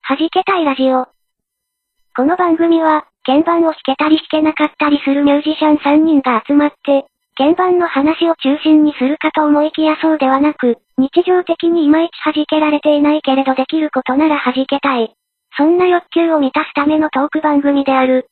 弾けたいラジオ。この番組は、鍵盤を弾けたり弾けなかったりするミュージシャン3人が集まって、鍵盤の話を中心にするかと思いきやそうではなく、日常的にいまいち弾けられていないけれどできることなら弾けたい。そんな欲求を満たすためのトーク番組である。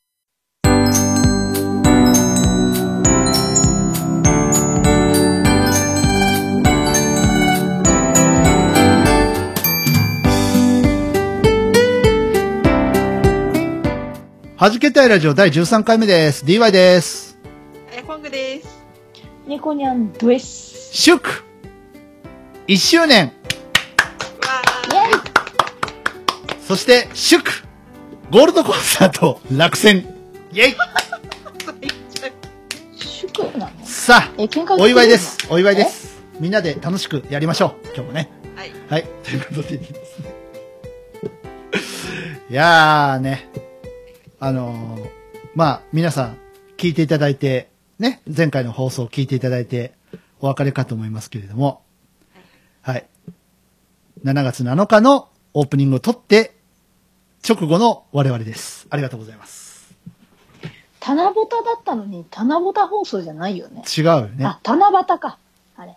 弾けたいラジオ第13回目です。DY です。 コングです。 ニコニャンです。 祝1周年イェイ。 そして祝ゴールドコンサート落選イェイ祝なの？ さあ、お祝いです。お祝いです。みんなで楽しくやりましょう。今日もね。 はい。 はい。ということでですね。いやーね。まあ、皆さん聞いていただいて、ね、前回の放送を聞いていただいてお別れかと思いますけれども、はい。7月7日のオープニングを撮って、直後の我々です。ありがとうございます。 七夕だったのに、七夕放送じゃないよね。 違うよね。 あ、七夕か。あれ。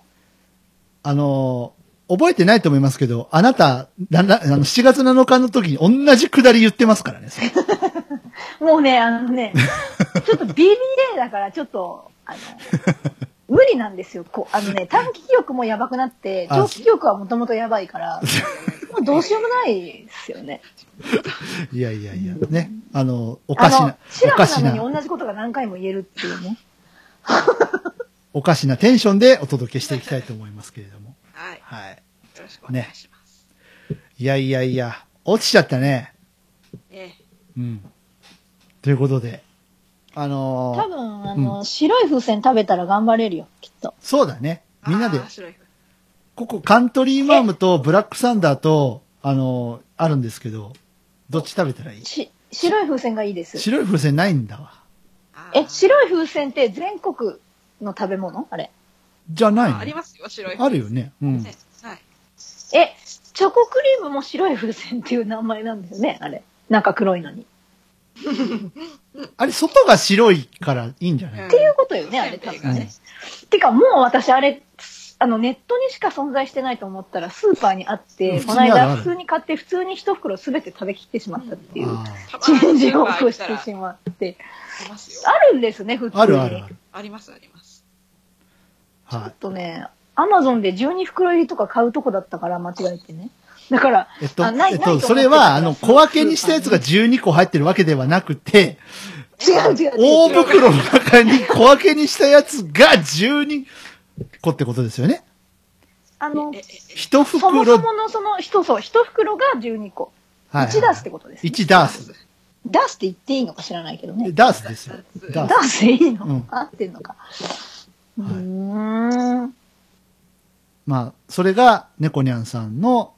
覚えてないと思いますけど、あなた、7月7日の時に同じくだり言ってますからね。 もうね、ちょっと BBA だから、ちょっと、無理なんですよ。短期記憶もやばくなって、長期記憶はもともとやばいから、もうどうしようもないですよね。 いや、ね。おかしな。 シラフなのに同じことが何回も言えるっていうね。 おかしなテンションでお届けしていきたいと思いますけれども。 はい。 はい。 よろしくお願いします。 ね、いや、落ちちゃったね。うん。ということで。 多分、白い風船食べたら頑張れるよ、きっと。 そうだね。みんなで。ここ、カントリーマームとブラックサンダーと、あるんですけど、どっち食べたらいい？ 白い風船がいいです。 白い風船ないんだわ。 白い風船って全国の食べ物？あれ。 じゃないの？ ありますよ、白い風船。 あるよね。うん。はい。 チョコクリームも白い風船っていう名前なんですよね、あれ。なんか黒いのに。 あれ、外が白いからいいんじゃない？ っていうことよね、あれ多分ね。てか、もう私あれ、ネットにしか存在してないと思ったらスーパーにあって、この間普通に買って普通に一袋すべて食べきってしまったっていう、チェンジを起こしてしまって。あるんですね、普通に。 ある。 あります。 ちょっとね、アマゾンで12袋入りとか買うとこだったから間違えてね。だから、 それは、小分けにしたやつが12個入ってるわけではなくて、 違う。 大袋の中に小分けにしたやつが12個ってことですよね。一袋。 そもそもの一袋が12個。 はい。 1ダースってことですね。 1ダース。 ダースって言っていいのか知らないけどね。 ダースですよ。 ダースでいいの？ うん。 合ってんのか。 まあ、それが、猫ニャンさんの、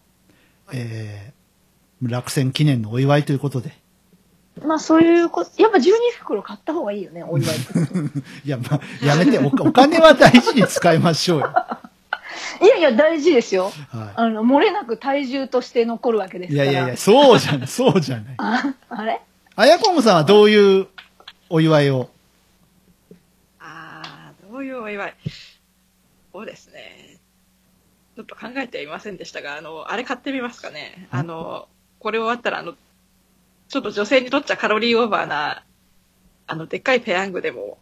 落選記念のお祝いということで。まあ、そういうこと、やっぱ12袋買った方がいいよね、お祝いって。 いや、まあ、やめて、お金は大事に使いましょうよ。 いや、大事ですよ。はい、漏れなく体重として残るわけですから。 いや、そうじゃない。 あれあやこむさんはどういうお祝いを？ どういうお祝い。そうですね。ちょっと考えていませんでしたが、あれ買ってみますかね。これ終わったら、ちょっと女性にとっちゃカロリーオーバーな、でっかいペヤングでも。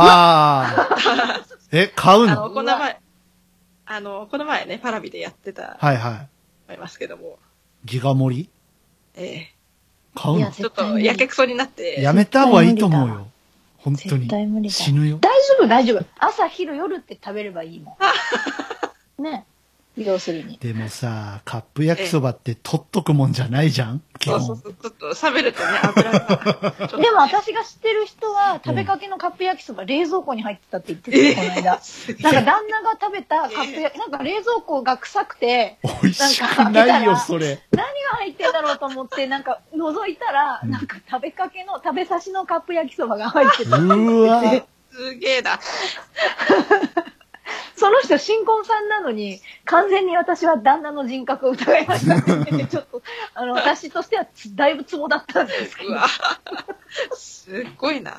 買うの？ この前ね、パラビでやってた。 はい。 思いますけども。 ギガ盛り？買うの？ ちょっとやけくそになって。 やめた方がいいと思うよ。本当に。 絶対無理だ。 死ぬよ。 大丈夫。朝、昼、夜って食べればいいもん。ね。要するに。 でもさ、カップ焼きそばって取っとくもんじゃないじゃん？ そう。ちょっと冷めるとね、油が。 でも私が知ってる人は、食べかけのカップ焼きそば冷蔵庫に入ってたって言ってた、この間。なんか旦那が食べたカップ焼き、なんか冷蔵庫が臭くて、 美味しくないよ、それ。 何が入ってんだろうと思って、なんか覗いたら、なんか食べさしのカップ焼きそばが入ってた。 うわ。 すげえな。 その人新婚さんなのに、完全に私は旦那の人格を疑いましたって言ってて、ちょっと、私としてはだいぶツボだったんですけど。 うわすっごいな。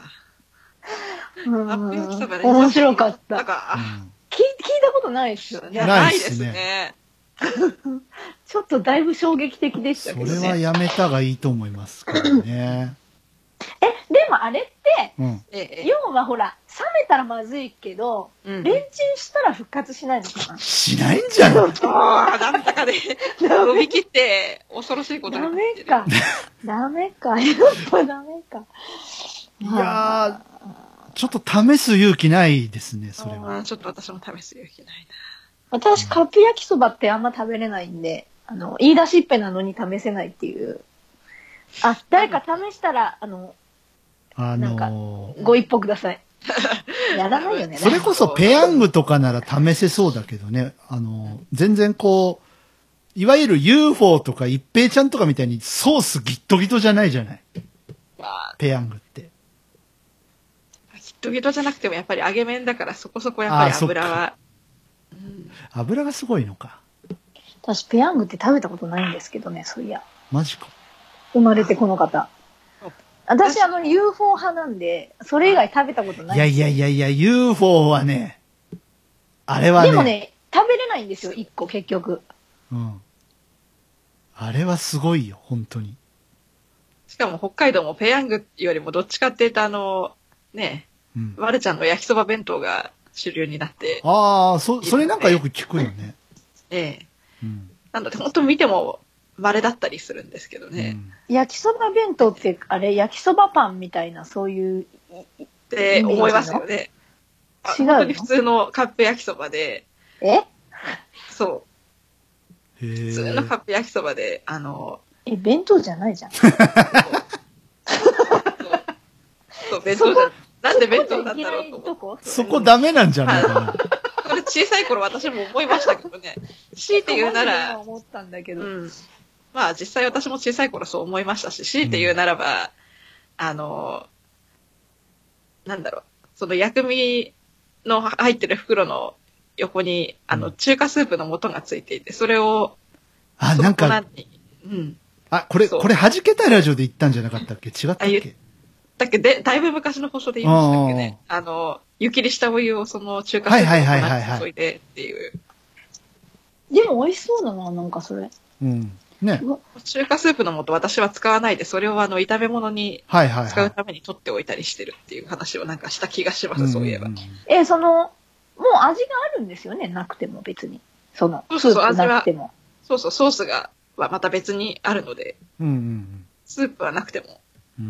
面白かった。 なんか、 聞いたことないですよね。 ないですね。 ちょっとだいぶ衝撃的でしたけどね。 それはやめたがいいと思いますけどね。 でもあれって、 要はほら、冷めたらまずいけど、レンチンしたら復活しないのかな？ しないんじゃない？ なんだかで、伸びきって恐ろしいことになってる。 ダメか。やっぱダメか。 いやー、ちょっと試す勇気ないですね、それは。 ちょっと私も試す勇気ないな。 私、カップ焼きそばってあんま食べれないんで、言い出しっぺなのに試せないっていう。誰か試したら、なんか、ご一報ください。やらないよね。 それこそペヤングとかなら試せそうだけどね。全然こう、いわゆる UFO とか一平ちゃんとかみたいにソースギットギトじゃないじゃない。ペヤングって。 ギットギトじゃなくてもやっぱり揚げ麺だからそこそこやっぱり油は。 油がすごいのか。 私ペヤングって食べたことないんですけどね、そういや。 マジか。 生まれてこの方。私UFO 派なんで、それ以外食べたことないんですよ。 いや、UFO はね、あれはね。 でもね、食べれないんですよ、一個結局。 うん。あれはすごいよ、本当に。 しかも北海道もペヤングよりもどっちかっていうとね、ワルちゃんの焼きそば弁当が主流になって。 それなんかよく聞くよね。 なので本当見ても稀だったりするんですけどね。 焼きそば弁当ってあれ焼きそばパンみたいなそういうって思いますよね。 違うの？ 本当に普通のカップ焼きそばで。そう。普通のカップ焼きそばで弁当じゃないじゃん。 そう弁当じゃなんで弁当なんだろうと思って。 そこダメなんじゃないかな。 これ小さい頃私も思いましたけどね。強いて言うなら、 思ったんだけど。 まあ実際私も小さい頃そう思いましたし、強いて言うならば、なんだろう、その薬味の入ってる袋の横に、中華スープの素がついていて、それを、 なんか、これ弾けたラジオで言ったんじゃなかったっけ？違ったっけ？ だいぶ昔の放送で言いましたっけね。湯切りしたお湯をその中華スープの粉に注いでっていう。 でも美味しそうだな、なんかそれ。 ね。 中華スープの素私は使わないで、それを炒め物に使うために取っておいたりしてるっていう話をなんかした気がします、そういえば。 もう味があるんですよね、なくても別に。スープなくても。 そう、ソースはまた別にあるので、スープはなくても。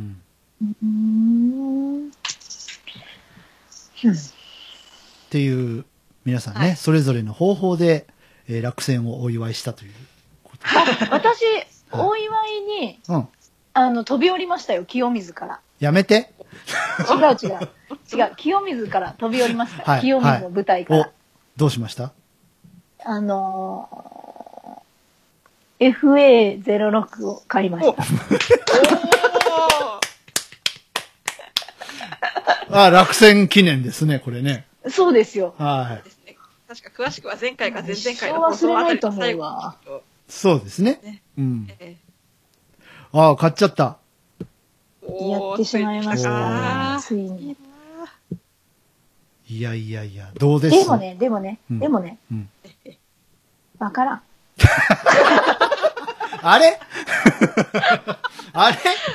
っていう、皆さんね、それぞれの方法で、落選をお祝いしたということ。 私、お祝いに、飛び降りましたよ、清水から。 やめて。 違う、清水から飛び降りました。清水の舞台から。 どうしました？ FA06 を買いました。 落選記念ですね、これね。 そうですよ。 はい。 確か詳しくは前回か前々回の放送あたりの最後に。 そうですね。買っちゃった。 やってしまいました。ついに。 いや、どうです？ でもね。わからん。 あれあれ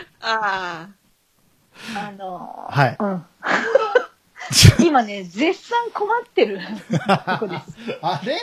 今ね、絶賛困ってるとこです。 あれ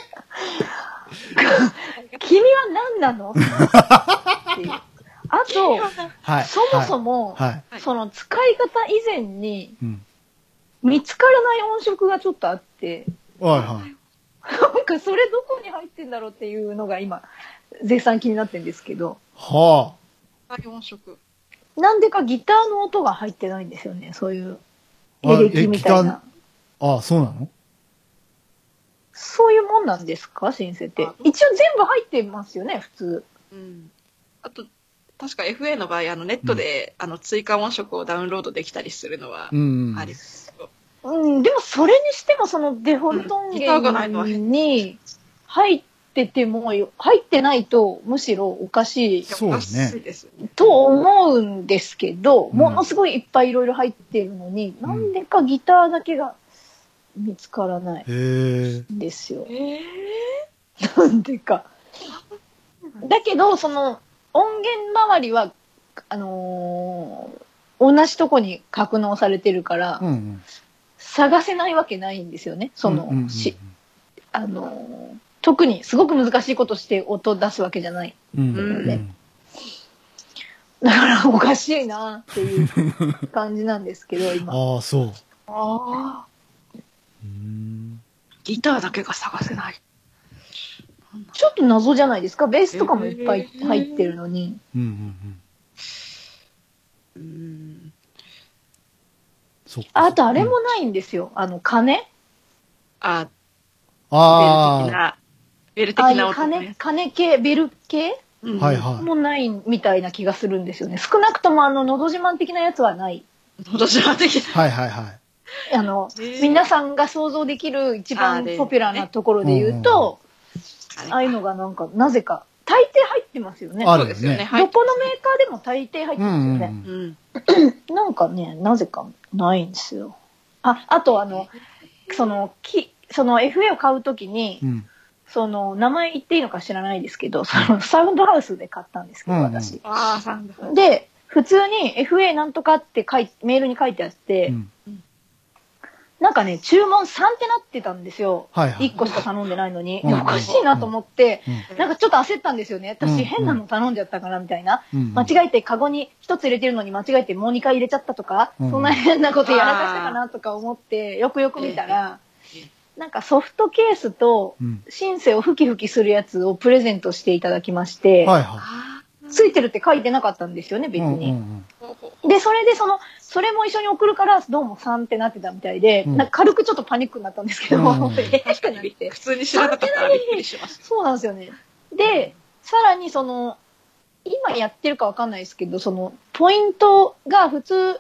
君は何なのっていう。あと、そもそも、その使い方以前に、見つからない音色がちょっとあって、なんかそれどこに入ってんだろうっていうのが今、絶賛気になってるんですけど。 音色。 なんでかギターの音が入ってないんですよね、そういうエレキみたいな。 そうなの？ そういうもんなんですか、シンセって。一応全部入ってますよね、普通。 あと、確か FA の場合、ネットで、追加音色をダウンロードできたりするのは、ありですけど。 でもそれにしてもそのデフォルト音源に入ってても、入ってないとむしろおかしいそうね。 と思うんですけど、ものすごいいっぱいいろいろ入ってるのに、なんでかギターだけが見つからないんですよ。なんでか。だけど、その音源周りは、同じとこに格納されてるから、探せないわけないんですよね。その、特にすごく難しいことして音出すわけじゃないので。だからおかしいなっていう感じなんですけど、今。 ああ、そう。 ああ。ギターだけが探せない。 ちょっと謎じゃないですか。ベースとかもいっぱい入ってるのに。あとあれもないんですよ。鐘ベル的な音ね。鐘系、ベル系もないみたいな気がするんですよね。少なくとものど自慢的なやつはない。 のど自慢的な。 はいはいはい。 皆さんが想像できる一番ポピュラーなところで言うと、ああいうのがなんか、なぜか、大抵入ってますよね。 そうですよね。 どこのメーカーでも大抵入ってますよね。なんかね、なぜかないんですよ。あとその FA を買うときに、その、名前言っていいのか知らないですけど、そのサウンドハウスで買ったんですけど、私。で、普通に FA なんとかってメールに書いてあって、なんかね、注文3ってなってたんですよ。1個しか頼んでないのに。おかしいなと思って、なんかちょっと焦ったんですよね。私変なの頼んじゃったかなみたいな。間違えてカゴに1つ入れてるのに間違えてもう2回入れちゃったとか、そんな変なことやらかしたかなとか思って、よくよく見たら、なんかソフトケースとシンセをフキフキするやつをプレゼントしていただきまして、ついてるって書いてなかったんですよね、別に。で、それでそれも一緒に送るから、どうも3ってなってたみたいで、なんか軽くちょっとパニックになったんですけど、 確かに普通に知らなかったらびっくりします。 そうなんですよね。で、さらに今やってるかわかんないですけど、ポイントが普通、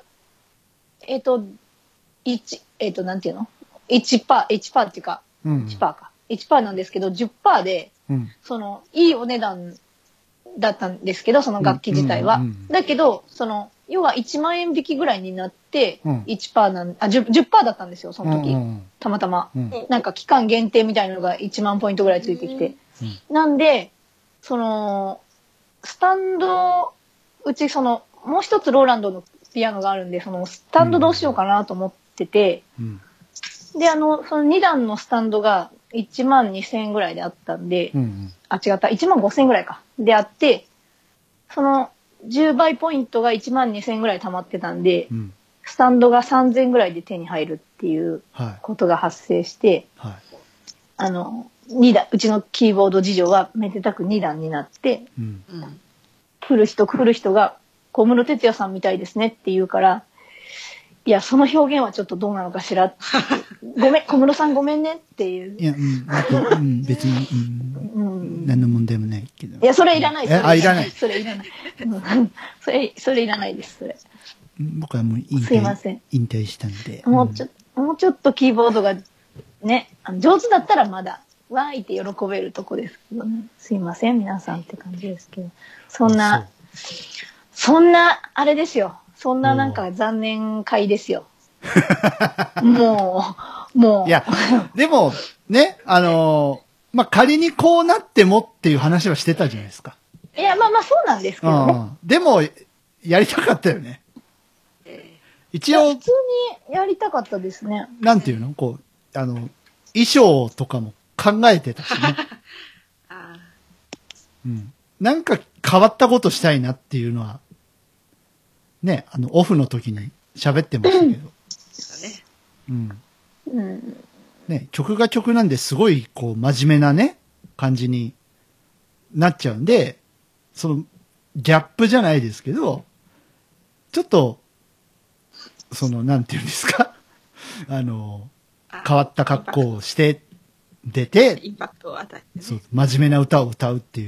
なんていうの ?1% っていうか、1%か。1% なんですけど、10% で、いいお値段だったんですけど、その楽器自体は。だけど、要は1万円引きぐらいになって、10% だったんですよ、その時。たまたま。なんか期間限定みたいなのが1万ポイントぐらいついてきて。なんで、スタンド、うちもう一つローランドのピアノがあるんで、スタンドどうしようかなと思ってて、で、その2段のスタンドが1万2000円ぐらいであったんで、違った、1万5000円ぐらいか。であって、10倍ポイントが1万2000円ぐらい溜まってたんで、スタンドが3000円ぐらいで手に入るっていうことが発生して、2段、うちのキーボード事情はめでたく2段になって、来る人が小室哲哉さんみたいですねって言うから、いや、その表現はちょっとどうなのかしら。ごめん、小室さんごめんねっていう。 いや、別に、何の問題もないけど。 いや、それいらないです。 いらない。 それいらない。それいらないです、それ。 僕はもう引退したんで。 もうちょっとキーボードがね、上手だったらまだ、わーいって喜べるとこですけどね。すいません、皆さんって感じですけど。そんな、あれですよ。そんななんか残念会ですよ。もう。 いや、でも、ね、仮にこうなってもっていう話はしてたじゃないですか。 いや、まあそうなんですけどね。 でも、やりたかったよね。一応。 普通にやりたかったですね。 なんていうの衣装とかも考えてたしね。なんか変わったことしたいなっていうのは、ね、オフの時に喋ってましたけど。ね、曲が曲なんですごい、真面目なね、感じになっちゃうんで、ギャップじゃないですけど、ちょっと、なんていうんですか変わった格好をして出て、 インパクトを与えて、 そう、真面目な歌を歌うっていう。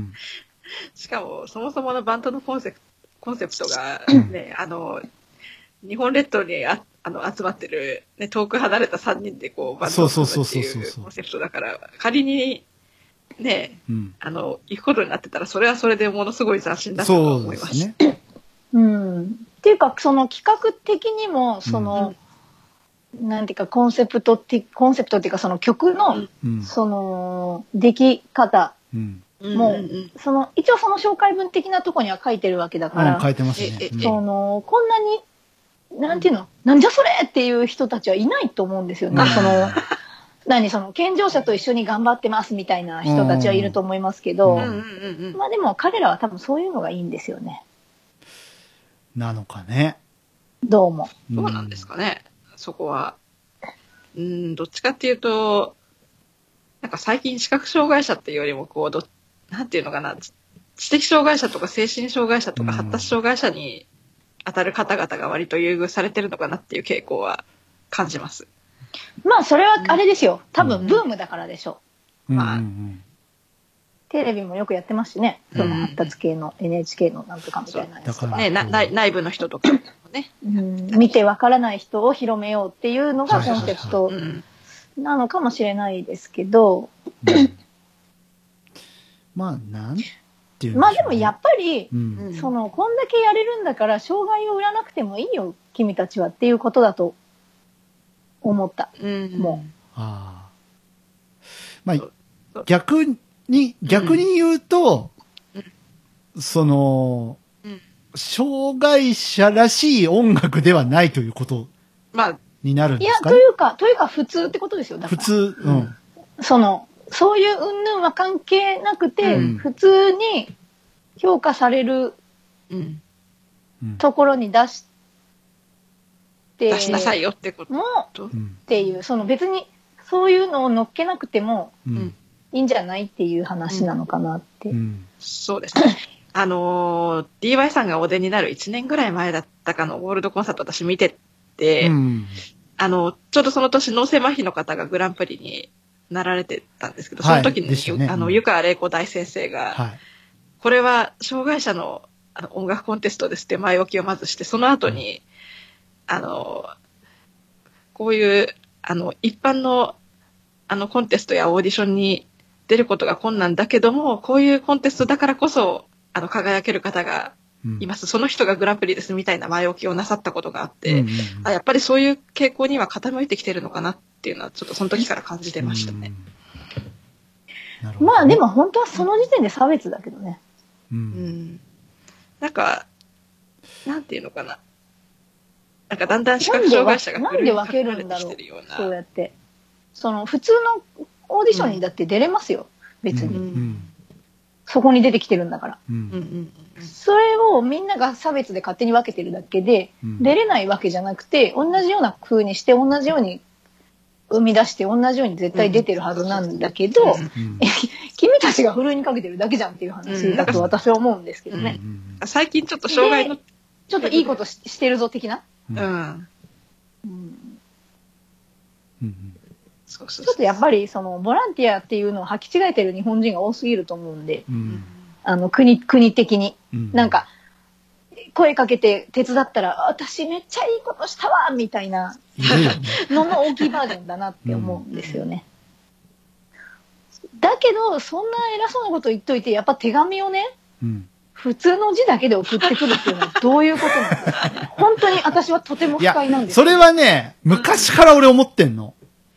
しかも、そもそものバンドのコンセプトがね、 日本列島に集まってる、ね、遠く離れた3人でこう、バンドそうを組むっていうコンセプトだから、仮に、ね、行くことになってたら、それはそれでものすごい斬新だと思います。 そうですね。 っていうか、その企画的にも、なんていうか、コンセプトっていうか、その曲の、その、出来方も、一応その紹介文的なとこには書いてるわけだから、 書いてますね。 こんなに、なんていうの、なんじゃそれっていう人たちはいないと思うんですよね。健常者と一緒に頑張ってますみたいな人たちはいると思いますけど、まあでも彼らは多分そういうのがいいんですよね。 なのかね。 どうも。 どうなんですかね、そこは。どっちかっていうと、なんか最近視覚障害者っていうよりも、こう、なんていうのかな、知的障害者とか精神障害者とか発達障害者に当たる方々が割と優遇されてるのかなっていう傾向は感じます。 まあそれはあれですよ。多分ブームだからでしょう。テレビもよくやってますしね。その発達系の NHK のなんとかみたいなやつとか。 ね、内部の人とかもね。 見てわからない人を広めようっていうのがコンセプトなのかもしれないですけど。 まあ、なんていう、 まあでもやっぱり、こんだけやれるんだから、障害を売らなくてもいいよ、君たちはっていうことだと思った。もう。 まあ、逆に言うと、障害者らしい音楽ではないということになるんですかね。 いや、というか普通ってことですよ。だから普通、 そういう云々は関係なくて、普通に評価されるところに出しなさいよってこと。 っていう、別にそういうのを乗っけなくてもいいんじゃないっていう話なのかなって。 そうですね。DY さんがお出になる1年ぐらい前だったかのゴールドコンサート私見てて、ちょうどその年脳性麻痺の方がグランプリになられてたんですけど、その時に、湯川玲子大先生が、これは障害者の音楽コンテストですって前置きをまずして、その後に、こういう、一般の、コンテストやオーディションに出ることが困難だけども、こういうコンテストだからこそ、輝ける方がいます。その人がグランプリですみたいな前置きをなさったことがあって、やっぱりそういう傾向には傾いてきてるのかなっていうのは、ちょっとその時から感じてましたね。 まあでも本当はその時点で差別だけどね。 なんか、なんていうのかな。なんかだんだん視覚障害者がなんで分けるんだろう。そうやって。普通のオーディションにだって出れますよ。別に。そこに出てきてるんだから。それをみんなが差別で勝手に分けてるだけで、出れないわけじゃなくて、同じような風にして、同じように生み出して、同じように絶対出てるはずなんだけど、君たちがふるいにかけてるだけじゃんっていう話だと私は思うんですけどね。 最近ちょっと障害の。 ちょっといいことしてるぞ的な。ちょっとやっぱりボランティアっていうのを履き違えてる日本人が多すぎると思うんで、国的に、なんか声かけて手伝ったら私めっちゃいいことしたわみたいなのの大きいバージョンだなって思うんですよね。だけどそんな偉そうなこと言っといてやっぱ手紙をね、普通の字だけで送ってくるっていうのはどういうことなんですかね。本当に私はとても不快なんです。 それはね、昔から俺思ってんの。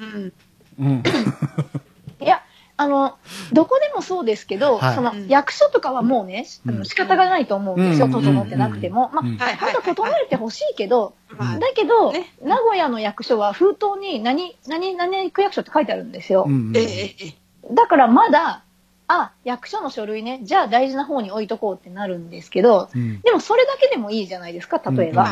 いや、どこでもそうですけど、役所とかはもうね、仕方がないと思うんですよ、整ってなくても。まだ整えてほしいけど、だけど、名古屋の役所は封筒に何区役所って書いてあるんですよ。だからまだ、役所の書類ね、じゃあ大事な方に置いとこうってなるんですけど、でもそれだけでもいいじゃないですか、例えば。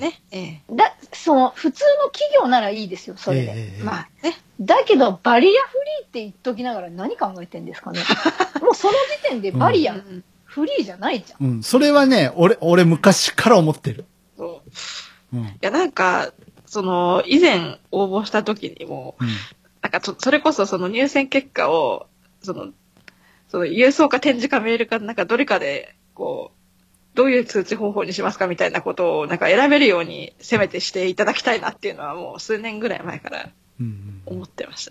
普通の企業ならいいですよ、それで。だけど、バリアフリーって言っときながら何考えてんですかね。もうその時点でバリアフリーじゃないじゃん。 それはね、俺昔から思ってる。 いや、なんか、以前応募した時にも、なんかそれこそ入選結果を、郵送か展示かメールかなんかどれかで、 どういう通知方法にしますかみたいなことをなんか選べるようにせめてしていただきたいなっていうのはもう数年ぐらい前から思ってました。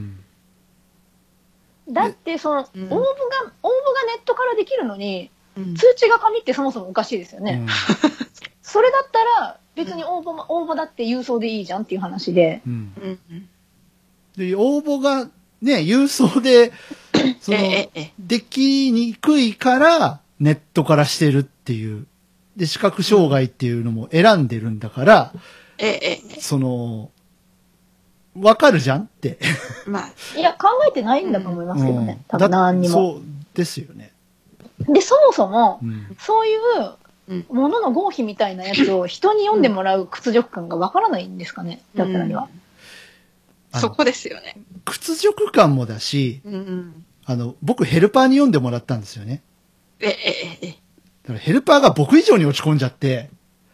だってその、応募がネットからできるのに、 うん通知が紙ってそもそもおかしいですよね。それだったら別に応募だって郵送でいいじゃんっていう話で。 で、応募がね、郵送で、その、できにくいから、ネットからしてるっていう。で、視覚障害っていうのも選んでるんだから、その、わかるじゃんって。 まあ。 いや、考えてないんだと思いますけどね。多分何にも。 そうですよね。 で、そもそも、そういうものの合否みたいなやつを人に読んでもらう屈辱感がわからないんですかね、だったらには。 そこですよね。 屈辱感もだし、僕ヘルパーに読んでもらったんですよね。だからヘルパーが僕以上に落ち込んじゃって、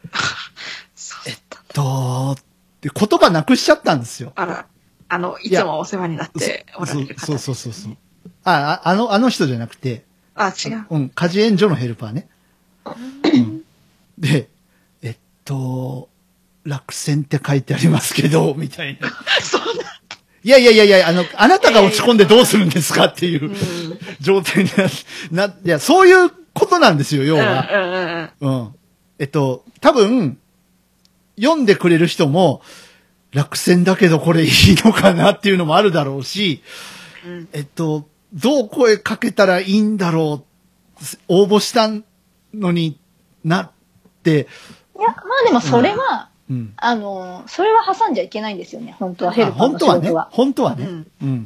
って言葉なくしちゃったんですよ。 あら、いつもお世話になっておられる方。 そう。あの人じゃなくて、 違う。 家事援助のヘルパーね。で、落選って書いてありますけど、みたいな。 そんな。 いや、あなたが落ち込んでどうするんですかっていう状態にいや、そういうことなんですよ、要は。多分、読んでくれる人も、落選だけどこれいいのかなっていうのもあるだろうし、どう声かけたらいいんだろう、応募したのになって。 いや、まあでもそれは、それは挟んじゃいけないんですよね、本当は、ヘルパーの仕事は。 本当はね。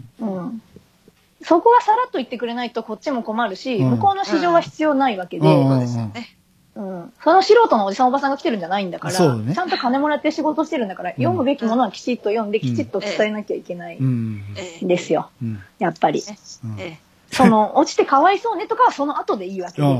そこはさらっと言ってくれないとこっちも困るし、向こうの市場は必要ないわけで、その素人のおじさんおばさんが来てるんじゃないんだから、ちゃんと金もらって仕事してるんだから、読むべきものはきちっと読んで、きちっと伝えなきゃいけないんですよ。やっぱり。落ちてかわいそうねとかはその後でいいわけで。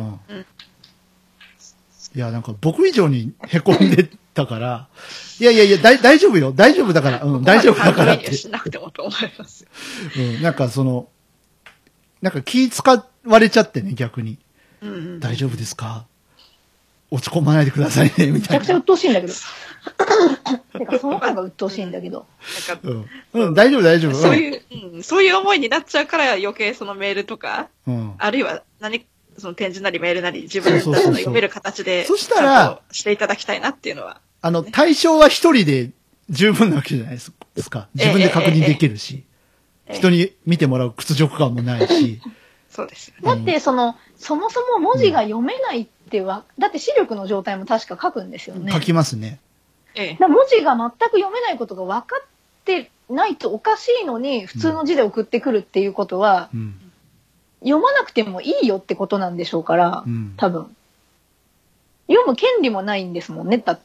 いや、なんか僕以上に凹んでたから、いや、大丈夫よ。大丈夫だから。大丈夫だからって。 しなくてもと思いますよ。 なんかなんか気使われちゃってね、逆に。大丈夫ですか？落ち込まないでくださいね、みたいな。 めちゃくちゃ鬱陶しいんだけど。てか、その方が鬱陶しいんだけど。 大丈夫。 そういう思いになっちゃうから余計そのメールとか、あるいはその展示なりメールなり自分たちの読める形で、 そしたら、 していただきたいなっていうのは。 対象は一人で十分なわけじゃないですか。自分で確認できるし、人に見てもらう屈辱感もないし。 そうですよね。だって、そもそも文字が読めないってだって視力の状態も確か書くんですよね。 書きますね。 文字が全く読めないことが分かってないとおかしいのに、普通の字で送ってくるっていうことは、読まなくてもいいよってことなんでしょうから、多分。読む権利もないんですもんね、だって。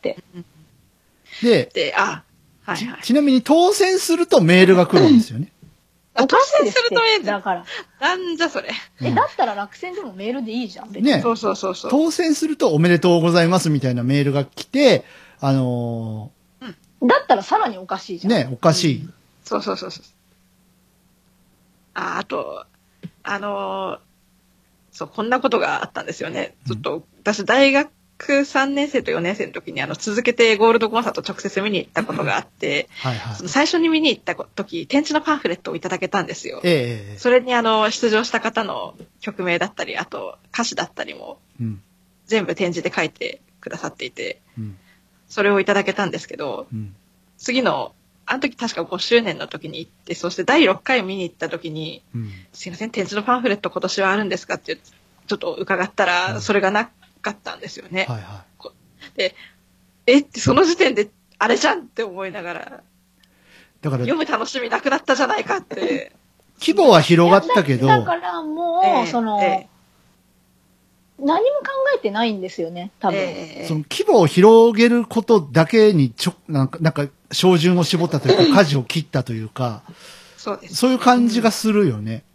ちなみに当選するとメールが来るんですよね。 当選するとメールだから。 なんじゃそれ。 だったら落選でもメールでいいじゃん、別に。 ね。 そう。 当選するとおめでとうございますみたいなメールが来て、 だったらさらにおかしいじゃん。 ね、おかしい。 そう。あと、そう、こんなことがあったんですよね。ずっと、私、大学3年生と4年生の時に、続けてゴールドコンサート直接見に行ったことがあって、最初に見に行った時、展示のパンフレットをいただけたんですよ。それに出場した方の曲名だったり、あと歌詞だったりも、全部展示で書いてくださっていて、それをいただけたんですけど、次の、あの時確か5周年の時に行って、そして第6回見に行った時に、すいません、展示のパンフレット今年はあるんですかってちょっと伺ったら、それがなかったんですよね。で、ってその時点であれじゃんって思いながら、だから読む楽しみなくなったじゃないかって。 規模は広がったけど。 だからもう、何も考えてないんですよね、多分。 その規模を広げることだけになんか、照準を絞ったというか、舵を切ったというか、そういう感じがするよね。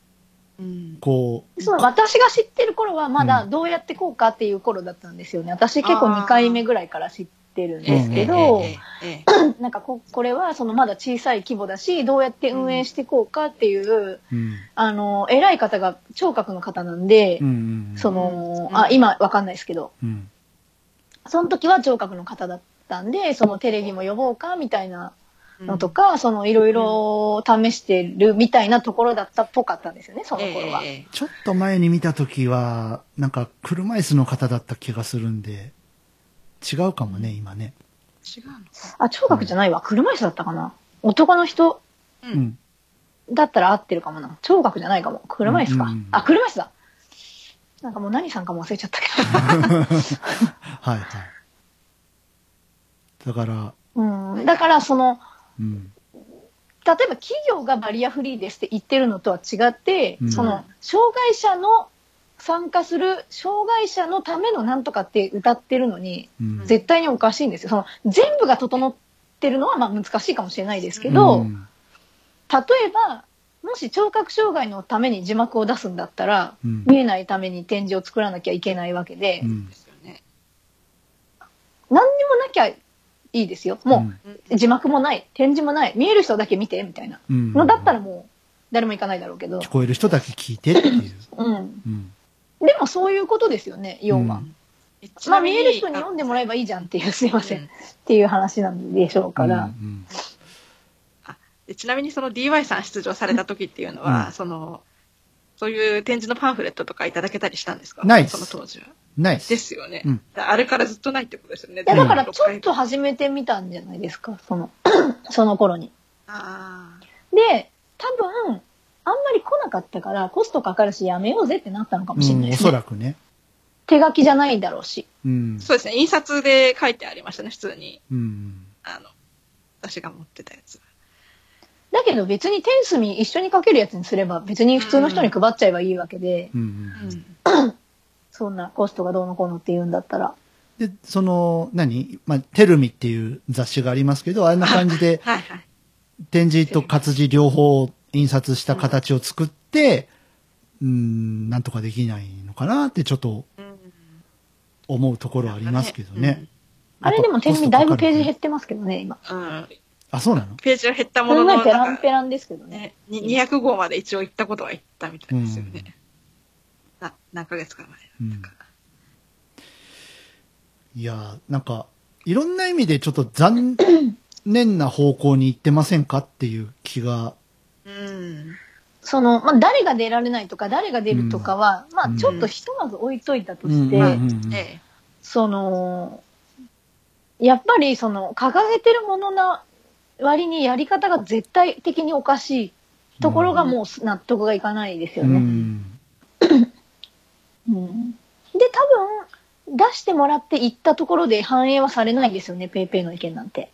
私が知ってる頃はまだどうやってこうかっていう頃だったんですよね。私結構2回目ぐらいから知ってってるんですけど、 ええなんかこれはそのまだ小さい規模だし、どうやって運営していこうかっていう、偉い方が聴覚の方なんで、今わかんないですけど、その時は聴覚の方だったんで、そのテレビも呼ぼうかみたいなのとか、いろいろ試してるみたいなところだったっぽかったんですよね、その頃は。 ちょっと前に見た時は、なんか車椅子の方だった気がするんで、違うかもね、今ね。 違うのあ、聴覚じゃないわ。車椅子だったかな。男の人だったら合ってるかもな。聴覚じゃないかも。車椅子か。あ、車椅子だ。なんかもう何さんかも忘れちゃったけど。 はいはい。だから、 だから例えば企業がバリアフリーですって言ってるのとは違って、障害者の参加する障害者のためのなんとかって歌ってるのに、絶対におかしいんですよ。全部が整ってるのはまあ難しいかもしれないですけど、例えばもし聴覚障害のために字幕を出すんだったら、見えないために展示を作らなきゃいけないわけで、何にもなきゃいいですよ。もう字幕もない展示もない、見える人だけ見てみたいなのだったらもう誰も行かないだろうけど、 聞こえる人だけ聞いてっていう。 でもそういうことですよね、要は。まあ見える人に読んでもらえばいいじゃんっていう、すいません、っていう話なんでしょうから。 ちなみにその DY さん出場された時っていうのは、そういう展示のパンフレットとかいただけたりしたんですか？ ないです。 その当時は。 ないです。 ですよね。あれからずっとないってことですよね。 いやだからちょっと始めてみたんじゃないですか、その頃に。で、多分、あんまり来なかったからコストかかるしやめようぜってなったのかもしれないですね。 おそらくね。 手書きじゃないだろうし。 そうですね。印刷で書いてありましたね、普通に。私が持ってたやつ。 だけど別に点数一緒に書けるやつにすれば別に普通の人に配っちゃえばいいわけで、そんなコストがどうのこうのって言うんだったら。 で、テルミっていう雑誌がありますけど、あんな感じで、展示と活字両方印刷した形を作って、なんとかできないのかなってちょっと思うところはありますけどね。 あれでも展示だいぶページ減ってますけどね、今。 あ、そうなの？ ページは減ったものの、 ペランペランですけどね。 200号まで一応行ったことは行ったみたいですよね。何ヶ月か前。 いや、なんか、いろんな意味でちょっと残念な方向に行ってませんかっていう気が。 誰が出られないとか、誰が出るとかは、ちょっとひとまず置いといたとして、やっぱり掲げてるものの割にやり方が絶対的におかしいところがもう納得がいかないですよね。で、多分、出してもらって行ったところで反映はされないんですよね、ペイペイの意見なんて。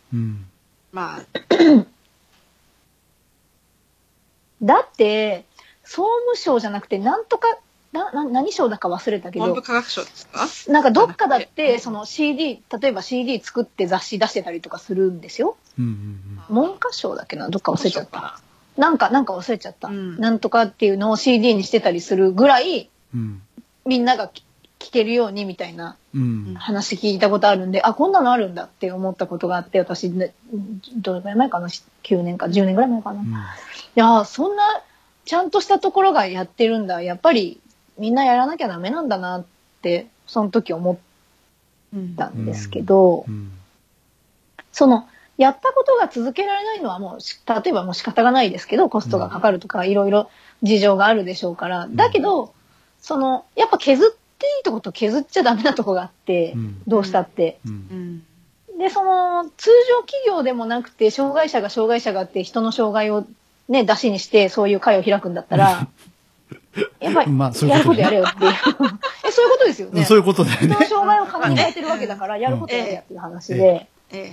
だって、総務省じゃなくて、なんとか、何省だか忘れたけど、 文部科学省ですか？ なんかどっかだって、CD、例えば CD 作って雑誌出してたりとかするんですよ。文科省だっけな、どっか忘れちゃった。なんか忘れちゃった。なんとかっていうのを CD にしてたりするぐらい、みんなが聞けるようにみたいな話聞いたことあるんで、こんなのあるんだって思ったことがあって、私、どれぐらい前かな、9年か10年ぐらい前かな。いや、そんなちゃんとしたところがやってるんだ。やっぱりみんなやらなきゃダメなんだなって、その時思ったんですけど、やったことが続けられないのはもう、例えばもう仕方がないですけど、コストがかかるとか、いろいろ事情があるでしょうから。だけど、やっぱ削っていいとこと削っちゃダメなとこがあって、どうしたって。で、通常企業でもなくて、障害者がって人の障害をね、出しにして、そういう会を開くんだったら、やっぱり、やることやれよっていう。そういうことですよね。 そういうことだよね。 人の障害を金に変えてるわけだから、やることやれやっていう話で。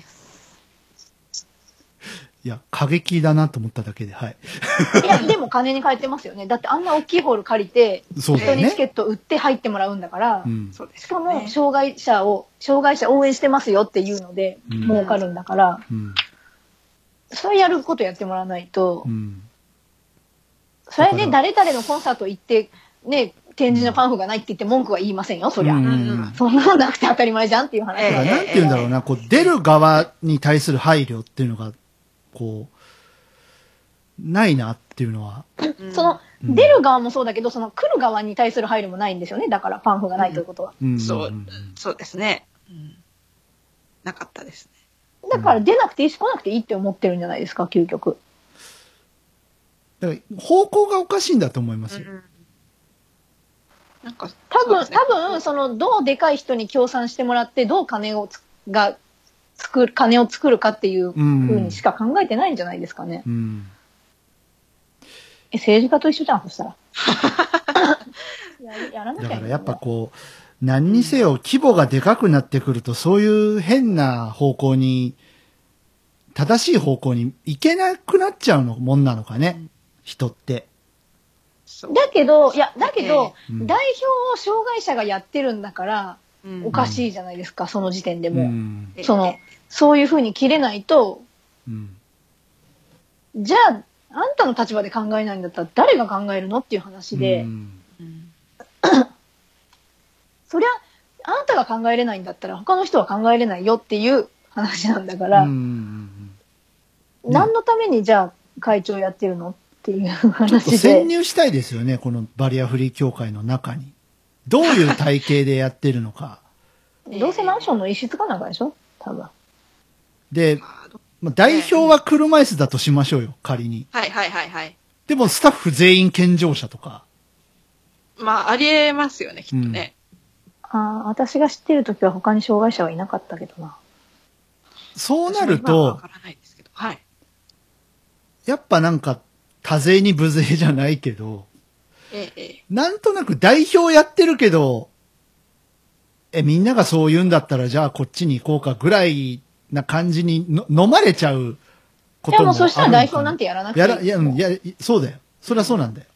いや、過激だなと思っただけで、はい。 いや、でも金に変えてますよね。だってあんな大きいホール借りて、人にチケット売って入ってもらうんだから、しかも、障害者応援してますよっていうので、儲かるんだから、それやることやってもらわないと、それね、誰々のコンサート行って、ね、 展示のパンフがないって言って文句は言いませんよ、そりゃ。 うんそんなのなくて当たり前じゃんっていう話だからで。 なんて言うんだろうな、こう、出る側に対する配慮っていうのが、こう、ないなっていうのは。 その、出る側もそうだけど、その来る側に対する配慮もないんですよね。だからパンフがないということは。 そうですね。なかったですね。 だから出なくていいし来なくていいって思ってるんじゃないですか、究極。 だから方向がおかしいんだと思いますよ。 なんか多分、その、どうでかい人に協賛してもらって、どう金を作るかっていうふうにしか考えてないんじゃないですかね。政治家と一緒じゃん、そしたら。やらなきゃいけない。 だからやっぱこう、何にせよ規模がでかくなってくると、そういう変な方向に、正しい方向に行けなくなっちゃうもんなのかね、人って。 だけど、代表を障害者がやってるんだから、おかしいじゃないですか、その時点でも。そういうふうに切れないと、じゃあ、あんたの立場で考えないんだったら誰が考えるのっていう話で、そりゃ、あんたが考えれないんだったら他の人は考えれないよっていう話なんだから、何のためにじゃあ会長やってるのっていう話で。 ちょっと潜入したいですよね、このバリアフリー協会の中に。どういう体系でやってるのか。 どうせマンションの一室かなんかでしょ多分。 で、代表は車椅子だとしましょうよ、仮に。 はい。 でもスタッフ全員健常者とか。 まあ、ありえますよね、きっとね。 私が知ってるときは他に障害者はいなかったけどな。 そうなると、やっぱなんか、多勢に無勢じゃないけど、なんとなく代表やってるけど、みんながそう言うんだったら、じゃあこっちに行こうかぐらいな感じに飲まれちゃうこともあるのかな。 でもそしたら代表なんてやらなくていい。 いや、そうだよ。そりゃそうなんだよ。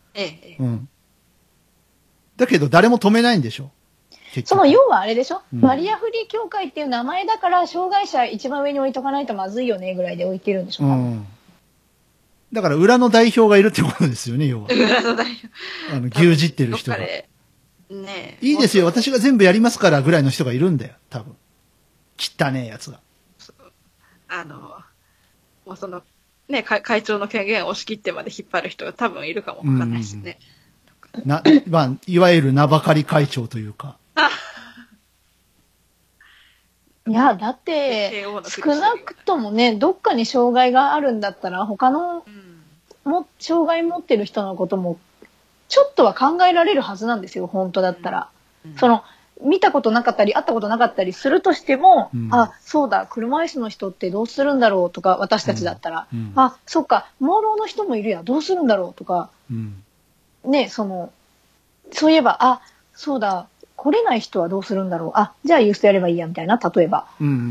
だけど誰も止めないんでしょ。 その要はあれでしょ、バリアフリー協会っていう名前だから障害者一番上に置いとかないとまずいよねぐらいで置いてるんでしょ、 だから裏の代表がいるってことですよね、要は。 裏の代表。 牛耳ってる人が。いいですよ、私が全部やりますからぐらいの人がいるんだよ、多分。汚ねえやつが。 もうその、ね、会長の権限を押し切ってまで引っ張る人が多分いるかもわかんないですね。 まあ、いわゆる名ばかり会長というか。 いや、だって、少なくともね、どっかに障害があるんだったら、他の、障害持ってる人のことも、ちょっとは考えられるはずなんですよ、本当だったら。その、見たことなかったり、会ったことなかったりするとしても、そうだ、車椅子の人ってどうするんだろうとか、私たちだったら、そっか、盲ろうの人もいるや、どうするんだろうとか、ね、そういえば、そうだ、来れない人はどうするんだろう。じゃあユーストやればいいや、みたいな、例えば。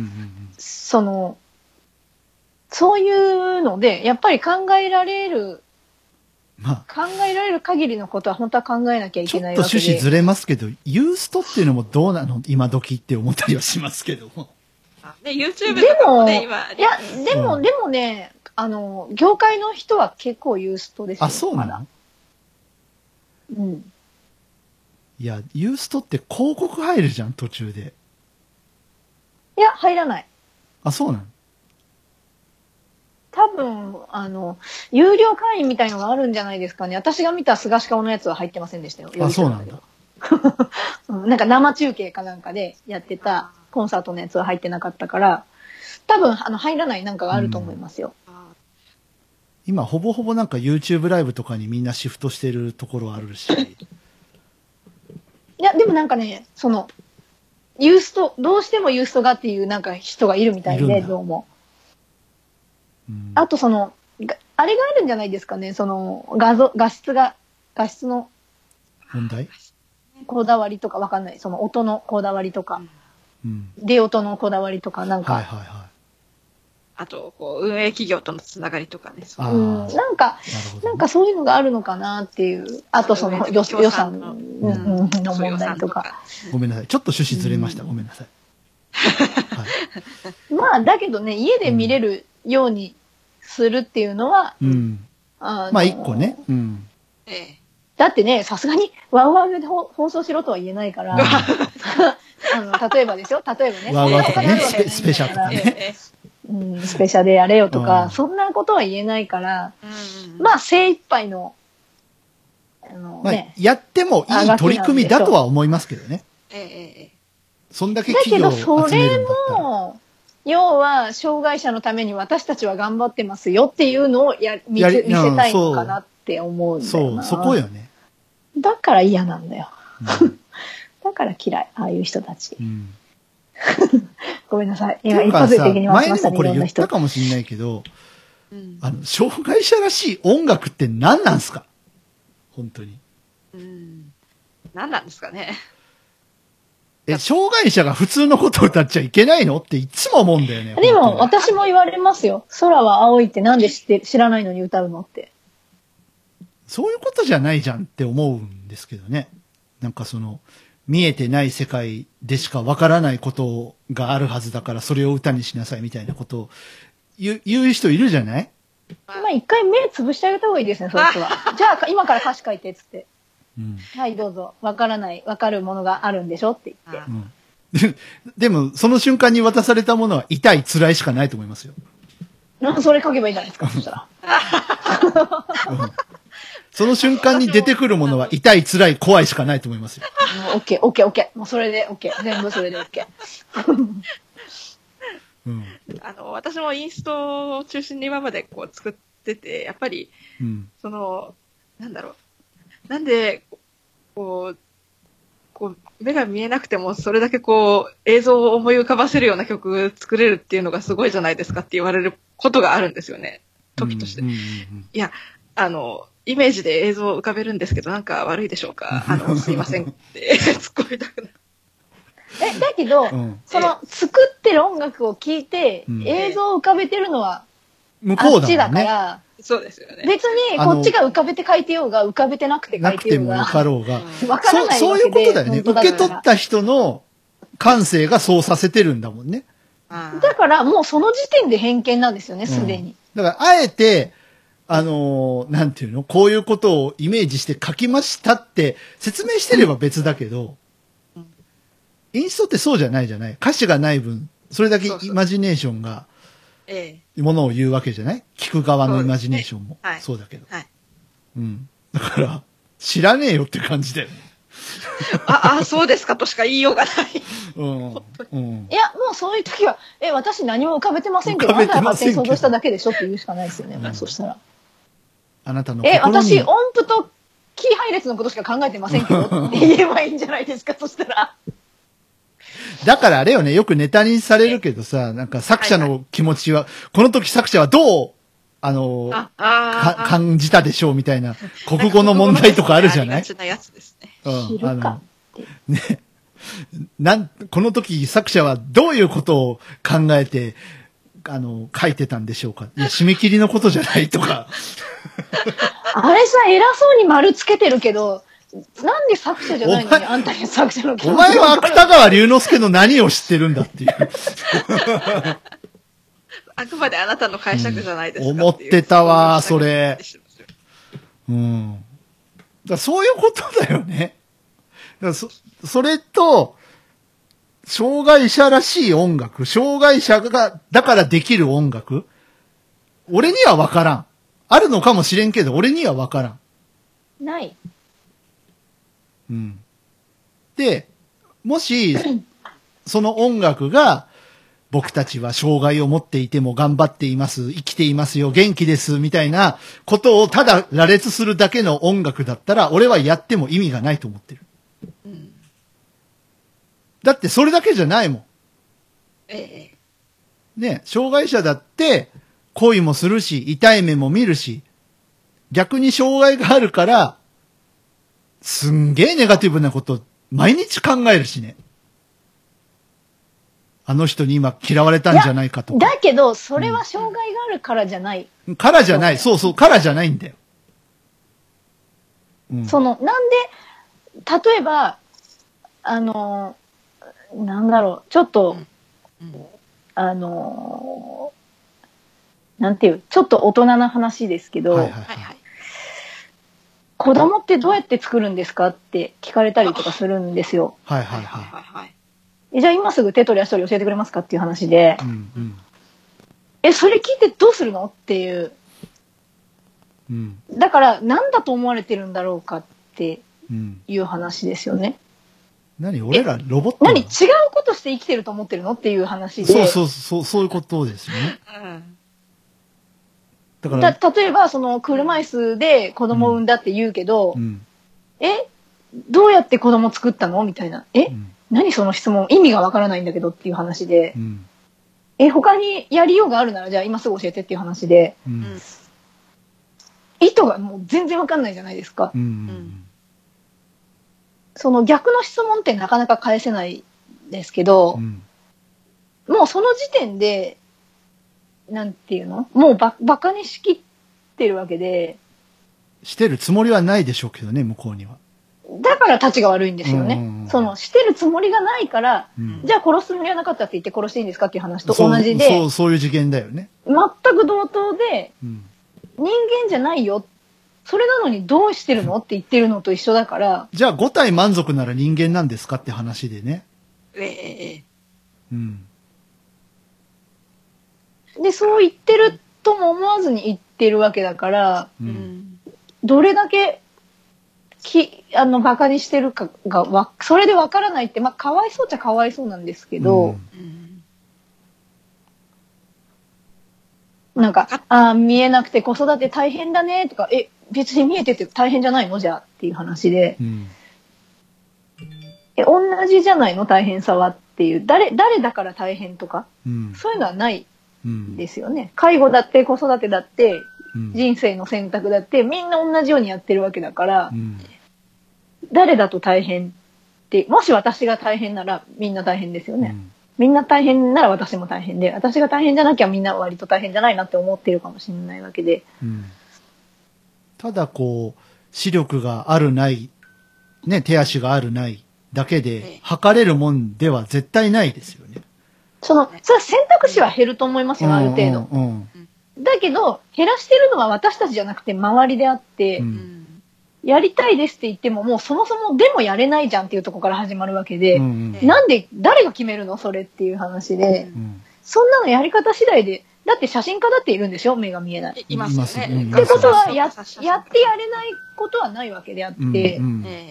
そういうので、やっぱり考えられる限りのことは本当は考えなきゃいけないわけで。 ちょっと趣旨ずれますけど、ユーストっていうのもどうなの今時って思ったりはしますけども。 YouTube とかもね、今。 いや、でもね、業界の人は結構ユーストですよ。 そうなの？いや、ユーストって広告入るじゃん、途中で。 いや、入らない。 そうなの？ 多分、有料会員みたいのがあるんじゃないですかね。私が見た菅氏顔のやつは入ってませんでしたよ。 そうなんだ。 なんか生中継かなんかでやってたコンサートのやつは入ってなかったから、多分、入らないなんかがあると思いますよ。 今、ほぼほぼなんか YouTube ライブとかにみんなシフトしてるところあるし。 いや、でもなんかね、ユースト、どうしてもユーストがっていうなんか人がいるみたいで、どうも。あとあれがあるんじゃないですかね、画質の問題？ こだわりとかわかんない。音のこだわりとか、出音のこだわりとか、なんか。 あと、運営企業とのつながりとかね。 なんかそういうのがあるのかなっていう。あと予算の問題とか。 ごめんなさい。ちょっと趣旨ずれました。ごめんなさい。 まあ、だけどね、家で見れるようにするっていうのは、 まあ、一個ね。 だってね、さすがにワウワウで放送しろとは言えないから、例えばですよ、例えばね、 ワウワウとかね、 そんなことはスペシャルとかね。 スペシャルでやれよとうか、 んそんなことは言えないから、 うんまあ精一杯の、 まあね、 やってもいい取り組みだとは思いますけどね。そんだけだけど、 企業をそれ集めるんだったら。 も、要は、障害者のために私たちは頑張ってますよっていうのを見せたいのかなって思うんだよそう、 な。 そこよね。 だから嫌なんだよ。 うんだから嫌い、ああいう人たち。 うんごめんなさい。 て今、 いうかさ、 一発で的に回しましたね、 前にもこれ言っいろんな人。 たかもしれないけど、 うん障害者らしい音楽って何なんすか？本当に。 うん何なんですかね。 障害者が普通のことを歌っちゃいけないのっていつも思うんだよね。 でも、 本当に私も言われますよ。空は青いってなんで知らないのに歌うのって。 そういうことじゃないじゃんって思うんですけどね。なんか見えてない世界でしかわからないことがあるはずだからそれを歌にしなさいみたいなことを言う人いるじゃない？ まあ、一回目つぶしてあげた方がいいですね、そういう人は。じゃあ、今から歌詞書いて、つって。 うん。 はい、どうぞ。わかるものがあるんでしょって言って。 うん。でも、その瞬間に渡されたものは痛い、辛いしかないと思いますよ。 それ書けばいいじゃないですか、そしたら。 うんその瞬間に出てくるものは痛い、辛い、怖いしかないと思いますよ。 もうオッケー、オッケー、オッケー。もうそれでオッケー。全部それでオッケー。 うん。 私もインストを中心に今までこう作ってて、やっぱり、 うん。 なんだろう。なんで、こう、目が見えなくても、それだけ映像を思い浮かばせるような曲作れるっていうのがすごいじゃないですかって言われることがあるんですよね。時として。 うんうんいや、イメージで映像を浮かべるんですけど、なんか悪いでしょうかすいませんって突っ込みたくなる。 だけど、 うん作ってる音楽を聴いて、 うん映像を浮かべてるのは、 向こうあっちだだもんね。 から、 そうですよね。 別にこっちが浮かべて書いてようが、浮かべてなくて書ないくてもてようが、 分かろうが。 わからないそういうわけで。 ことだよね。受け取った人の感性がそうさせてるんだもんね。 だからもうその時点で偏見なんですよね、すでに。 だから、あえて、なんていうの、こういうことをイメージして書きましたって説明してれば別だけど、インストってそうじゃないじゃない。歌詞がない分、それだけイマジネーションが、ものを言うわけじゃない聞く側のイマジネーションも。そうだけど。 はい。 うん。だから、知らねえよって感じだよね。 そうですかとしか言いようがない。 うん。うん。 いや、もうそういう時は、私何も浮かべてませんけど、 浮かべてませんけどあなたが勝手に想像しただけでしょって言うしかないですよね、もうそしたら。 あなたの心に。 私、音符とキー配列のことしか考えてませんけどって言えばいいんじゃないですか、そしたら。 だからあれよね、よくネタにされるけどさ、なんか作者の気持ちは、この時作者はどう、感じたでしょうみたいな、国語の問題とかあるじゃない？ ありがちなやつですね。 知るかって。 ね。この時作者はどういうことを考えて、書いてたんでしょうか？いや、締め切りのことじゃないとか。 あれさ、偉そうに丸つけてるけど、なんで作者じゃないのにあんたに作者の気持ちお前は芥川龍之介の何を知ってるんだっていう。 あくまであなたの解釈じゃないですか思ってたわ、それ。うん。だからそういうことだよね。だからそれと、障害者らしい音楽、障害者が、だからできる音楽、俺にはわからん。あるのかもしれんけど、俺にはわからん。 ない。 うん。で、もし、その音楽が、僕たちは障害を持っていても頑張っています、生きていますよ、元気です、みたいなことをただ羅列するだけの音楽だったら、俺はやっても意味がないと思ってる。だってそれだけじゃないもん。ね、障害者だって恋もするし、痛い目も見るし、逆に障害があるから、すんげえネガティブなこと毎日考えるしね。あの人に今嫌われたんじゃないかとか。 だけど、それは障害があるからじゃない。 からじゃない。そうそう、からじゃないんだよ。うん、 なんで、例えば、なんだろう、ちょっと、なんていう、ちょっと大人な話ですけど、 はいはいはい、 子子供ってどうやって作るんですかって聞かれたりとかするんですよ。 はいはいはいははい。 じゃあ今すぐ手取り足取り教えてくれますかっていう話で、 い。うんそれ聞いてどうするのっていう。 うん。 だから何だと思われてるんだろうかってうん。 いう話ですよね。 何俺らロボットなの何違うことして生きてると思ってるのっていう話で。 そういうことですよね。 うん。 だから、 例えば、その車椅子で子供を産んだって言うけど、 うん。 どうやって子供作ったのみたいな。 うん何その質問意味がわからないんだけどっていう話でう、ん。 他にやりようがあるならじゃあ今すぐ教えてっていう話で、 うん。 意図がもう全然わかんないじゃないですか。 うん。 その逆の質問ってなかなか返せないですけど、 うん。 もうその時点で、なんていうのもうバカにしきってるわけで、 してるつもりはないでしょうけどね、向こうには。 だから立ちが悪いんですよね。してるつもりがないから、 うんじゃあ殺すつもりはなかったって言って殺していいんですかっていう話と同じで、 そういう次元だよね。 全く同等で、 うん。 人間じゃないよ。それなのにどうしてるのって言ってるのと一緒だから、 じゃあ5体満足なら人間なんですかって話でね。うん。 で、そう言ってるとも思わずに言ってるわけだから、 う。 うんん。 どれだけバカにしてるかがそれでわからないって、まあ、かわいそうっちゃかわいそうなんですけど、なんか、見えなくて子育て大変だねとか、別に見えてて大変じゃないのじゃあっていう話で、 うん。 同じじゃないの大変さはっていう、誰だから大変とか、 うん。 そういうのはないうん。 ですよね。介護だって子育てだって、 うん。 人生の選択だってみんな同じようにやってるわけだから、 うん。 誰だと大変って、もし私が大変ならみんな大変ですよね。みんな大変なら私も大変で、私が大変じゃなきゃみんな割と大変じゃないなって思ってるかもしれないわけで。 うん。ただこう、視力があるない、ね、手足があるないだけで測れるもんでは絶対ないですよね。 それは選択肢は減ると思いますよ、ある程度。 うん。 だけど、減らしてるのは私たちじゃなくて周りであって、やりたいですって言っても、もうそもそもでもやれないじゃんっていうところから始まるわけで、なんで、誰が決めるのそれっていう話で、そんなのやり方次第で、だって写真家だっているんでしょ目が見えない。 いますよね。 ってことはやってやれないことはないわけであって、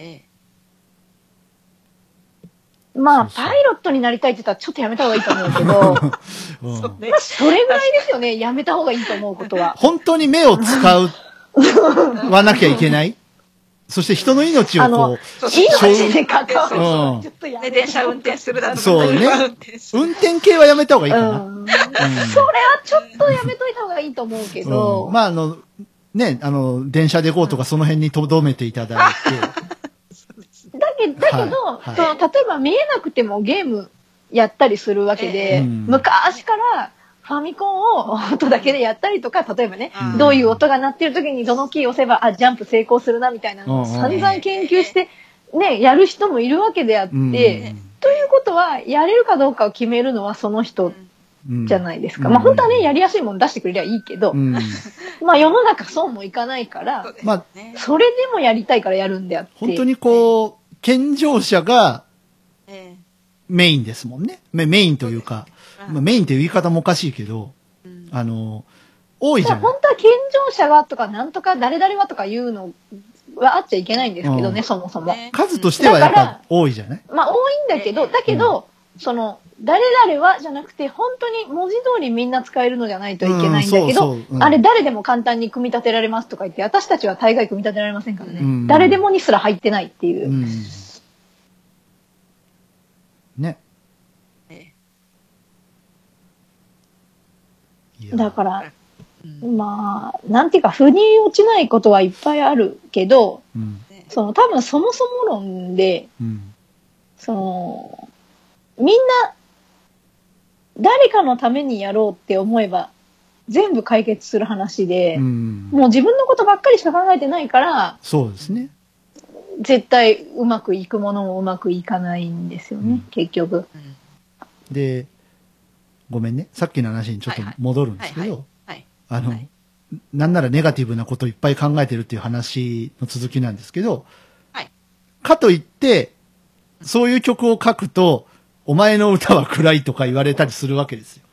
まあ、パイロットになりたいって言ったらちょっとやめた方がいいと思うけど、まあ、それぐらいですよね、やめた方がいいと思うことは。 本当に目を使わなきゃいけないそして人の命をこう、 命で関わる。ちょっとやめ電車運転するだとか。 そうね。運転系はやめた方がいいかな。 それはちょっとやめといた方がいいと思うけど。 まあね、電車で行こうとかその辺に留めていただいて。 だけど、例えば見えなくてもゲームやったりするわけで、昔からファミコンを音だけでやったりとか、例えばね、どういう音が鳴ってる時にどのキーを押せば、ジャンプ成功するなみたいなのを散々研究して、ね、やる人もいるわけであって、ということは、やれるかどうかを決めるのはその人じゃないですか。まあ本当はね、やりやすいもの出してくれりゃいいけど、まあ世の中そうもいかないから、まあ、それでもやりたいからやるんであって。 本当にこう、健常者がメインですもんね。メインというか、メインという言い方もおかしいけど、多いじゃん。 本当は健常者がとか、なんとか誰々はとか言うのはあっちゃいけないんですけどね、そもそも。 数としてはやっぱ多いじゃないまあ多いんだけど、誰々はじゃなくて、本当に文字通りみんな使えるのじゃないといけないんだけど、あれ誰でも簡単に組み立てられますとか言って、私たちは大概組み立てられませんからね。誰でもにすら入ってないっていう。 ね。 だから、まあ、なんていうか、腑に落ちないことはいっぱいあるけど、多分そもそも論で、みんな、誰かのためにやろうって思えば、全部解決する話で、もう自分のことばっかりしか考えてないから、 そうですね。 絶対うまくいくものもうまくいかないんですよね、結局。 で、ごめんね。さっきの話にちょっと戻るんですけど、 なんならネガティブなことをいっぱい考えてるっていう話の続きなんですけど、 はい。 かといって、そういう曲を書くと、お前の歌は暗いとか言われたりするわけですよ。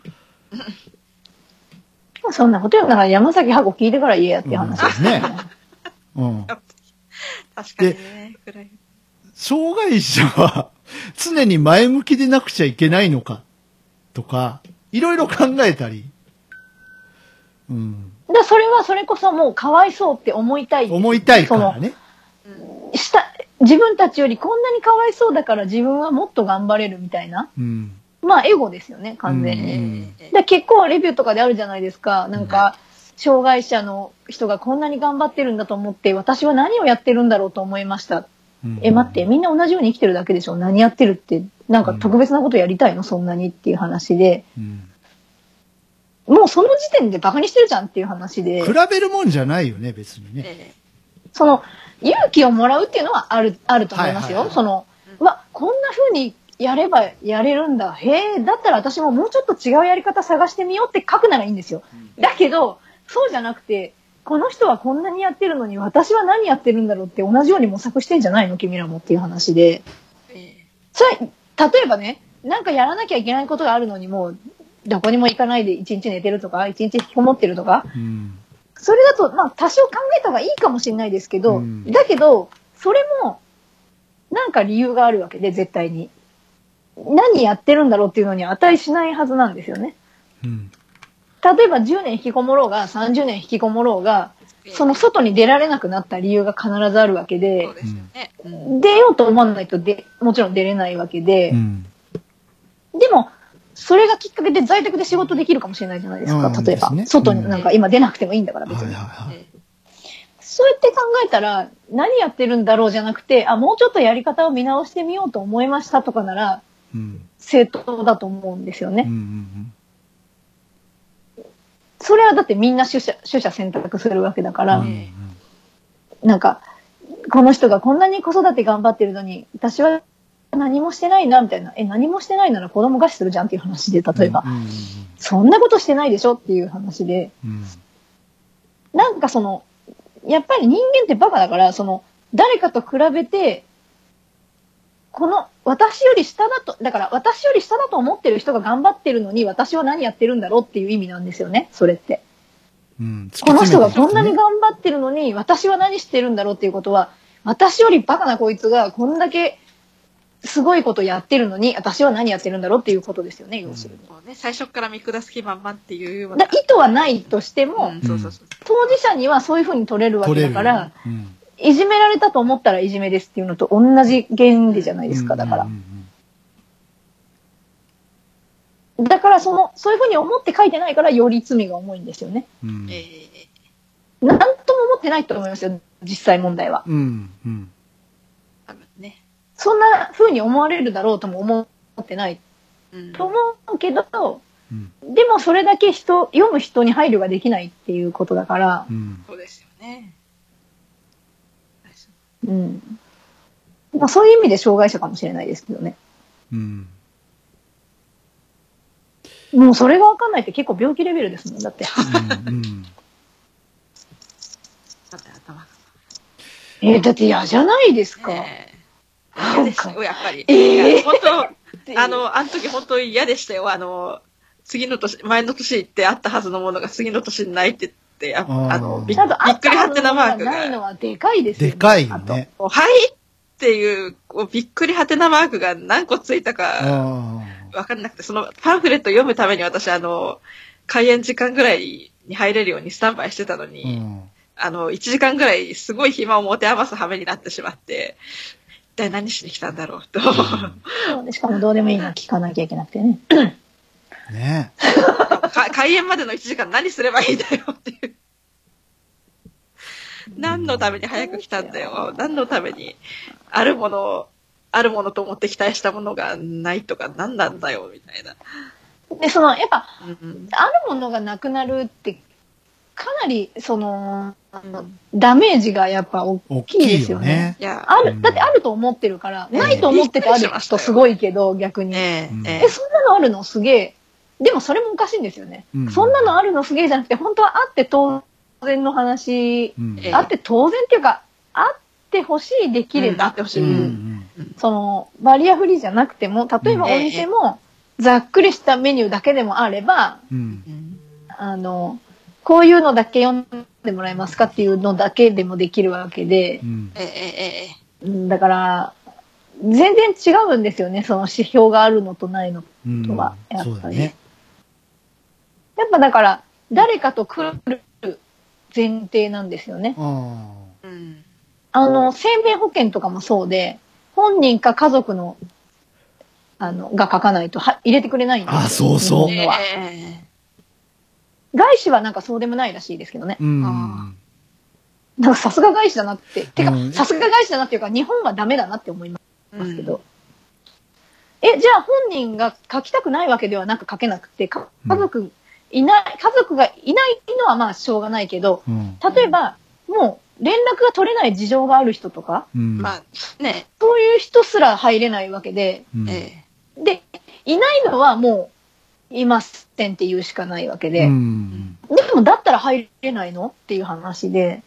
そんなことよ。だから山崎ハコ聞いてから言えやっていう話ですね。うん。 確かにね、暗い。 障害者は常に前向きでなくちゃいけないのかとか、いろいろ考えたり。うん。 それはそれこそもうかわいそうって思いたい。 思いたいからね。 自分たちよりこんなにかわいそうだから自分はもっと頑張れるみたいな。 うん。 まあエゴですよね、完全に。で結構レビューとかであるじゃないですか。なんか、障害者の人がこんなに頑張ってるんだと思って、私は何をやってるんだろうと思いました。待って、みんな同じように生きてるだけでしょ。何やってるって、なんか特別なことやりたいのそんなにっていう話で。もうその時点でバカにしてるじゃんっていう話で。 比べるもんじゃないよね、別にね。 その、勇気をもらうっていうのはあると思いますよ。その、こんな風にやればやれるんだ。へえ、だったら私ももうちょっと違うやり方探してみようって書くならいいんですよ。だけど、そうじゃなくて、この人はこんなにやってるのに私は何やってるんだろうって同じように模索してんじゃないの君らもっていう話で。それ、例えばね、なんかやらなきゃいけないことがあるのにもう、どこにも行かないで一日寝てるとか、一日引きこもってるとか、それだと、まあ多少考えた方がいいかもしれないですけど、だけど、それも、なんか理由があるわけで、絶対に。何やってるんだろうっていうのに値しないはずなんですよね。例えば10年引きこもろうが30年引きこもろうが、その外に出られなくなった理由が必ずあるわけで、出ようと思わないともちろん出れないわけで、でも、それがきっかけで在宅で仕事できるかもしれないじゃないですか、例えば。外になんか今出なくてもいいんだから別に。そうやって考えたら、何やってるんだろうじゃなくて、もうちょっとやり方を見直してみようと思いましたとかなら、正当だと思うんですよね。それはだってみんな取捨選択するわけだから、なんか、この人がこんなに子育て頑張ってるのに、私は何もしてないな、みたいな。何もしてないなら子供餓死するじゃんっていう話で、例えば。そんなことしてないでしょっていう話で。なんかその、やっぱり人間ってバカだから、その、誰かと比べて、私より下だと思ってる人が頑張ってるのに、私は何やってるんだろうっていう意味なんですよね、それって。この人がこんなに頑張ってるのに、私は何してるんだろうっていうことは、私よりバカなこいつがこんだけすごいことやってるのに、私は何やってるんだろうっていうことですよね、要するに。 最初から見下す気満々っていうような。意図はないとしても、当事者にはそういうふうに取れるわけだから、いじめられたと思ったらいじめですっていうのと同じ原理じゃないですか、だから。だからそういうふうに思って書いてないからより罪が重いんですよね。なんとも思ってないと思いますよ、実際問題は。そんな風に思われるだろうとも思ってないと思うけど、でもそれだけ読む人に配慮ができないっていうことだから。 そうですよね。 まあそういう意味で障害者かもしれないですけどね。もうそれが分かんないって結構病気レベルですもん、だって。だって嫌じゃないですか。 嫌でしたよ、やっぱり。本当、あの時本当に嫌でしたよ。次の年、前の年ってあったはずのものが次の年にないって言って、びっくりはてなマークが。 ないのはでかいですよね。 でかいよね。 はいっていう、びっくりはてなマークが何個ついたか、わかんなくて、そのパンフレット読むために私、開演時間ぐらいに入れるようにスタンバイしてたのに、1時間ぐらいすごい暇を持て余す羽目になってしまって、一体何しに来たんだろうと。 そうで、しかもどうでもいいの聞かなきゃいけなくてね。 ね開演までの1時間何すればいいんだよっていう。何のために早く来たんだよ。何のためにあるものと思って期待したものがないとか何なんだよみたいな。 で、やっぱ、あるものがなくなるって、かなり、ダメージがやっぱ大きいですよね。だってあると思ってるから、ないと思っててある人すごいけど、逆に。そんなのあるのすげえ。でもそれもおかしいんですよね。そんなのあるのすげえじゃなくて、本当はあって当然の話、 うんあって当然っていうか、あってほしいできれば、 あってほしい。 その、バリアフリーじゃなくても、例えばお店も、ざっくりしたメニューだけでもあれば、こういうのだけ読んでもらえますかっていうのだけでもできるわけで、だから、全然違うんですよね、その指標があるのとないのとは、やっぱり。やっぱだから、誰かと来る前提なんですよね。生命保険とかもそうで、本人か家族の、が書かないと入れてくれないんですよ。 あ、そうそう。 外資はなんかそうでもないらしいですけどね。なんかさすが外資だなって。てか、さすが外資だなっていうか、日本はダメだなって思いますけど。じゃあ本人が書きたくないわけではなく書けなくて、家族がいないのはまあしょうがないけど、例えば、もう連絡が取れない事情がある人とか、 まあね、 そういう人すら入れないわけで、で、いないのはもう、いませんって言うしかないわけで、でもだったら入れないのっていう話で、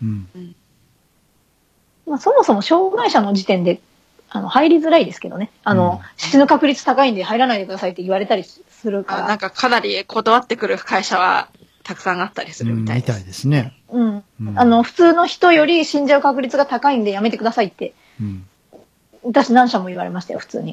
まあ、そもそも障害者の時点で、入りづらいですけどね。死ぬ確率高いんで入らないでくださいって言われたりするから。 なんかかなり断ってくる会社はたくさんあったりするみたいです。 みたいですね。 普通の人より死んじゃう確率が高いんでやめてくださいって。私何社も言われましたよ、普通に。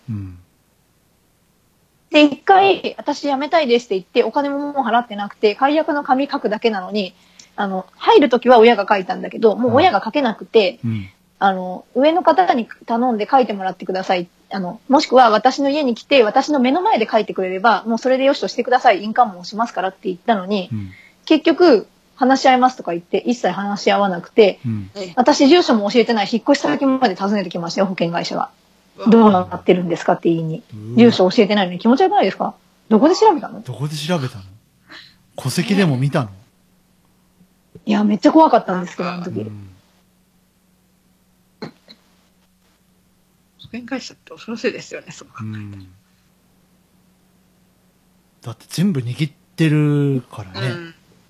で、一回、私辞めたいですって言って、お金ももう払ってなくて、解約の紙書くだけなのに、入るときは親が書いたんだけど、もう親が書けなくて、上の方に頼んで書いてもらってください。もしくは私の家に来て、私の目の前で書いてくれれば、もうそれでよしとしてください。印鑑もしますからって言ったのに、結局、話し合いますとか言って、一切話し合わなくて、私住所も教えてない引っ越し先まで訪ねてきましたよ、保険会社が。どうなってるんですかって言いに。住所教えてないのに気持ち悪くないですか？どこで調べたの？ どこで調べたの？戸籍でも見たの？ いや、めっちゃ怖かったんですけど、あの時。 保険会社って恐ろしいですよね、そこ。 だって全部握ってるからね。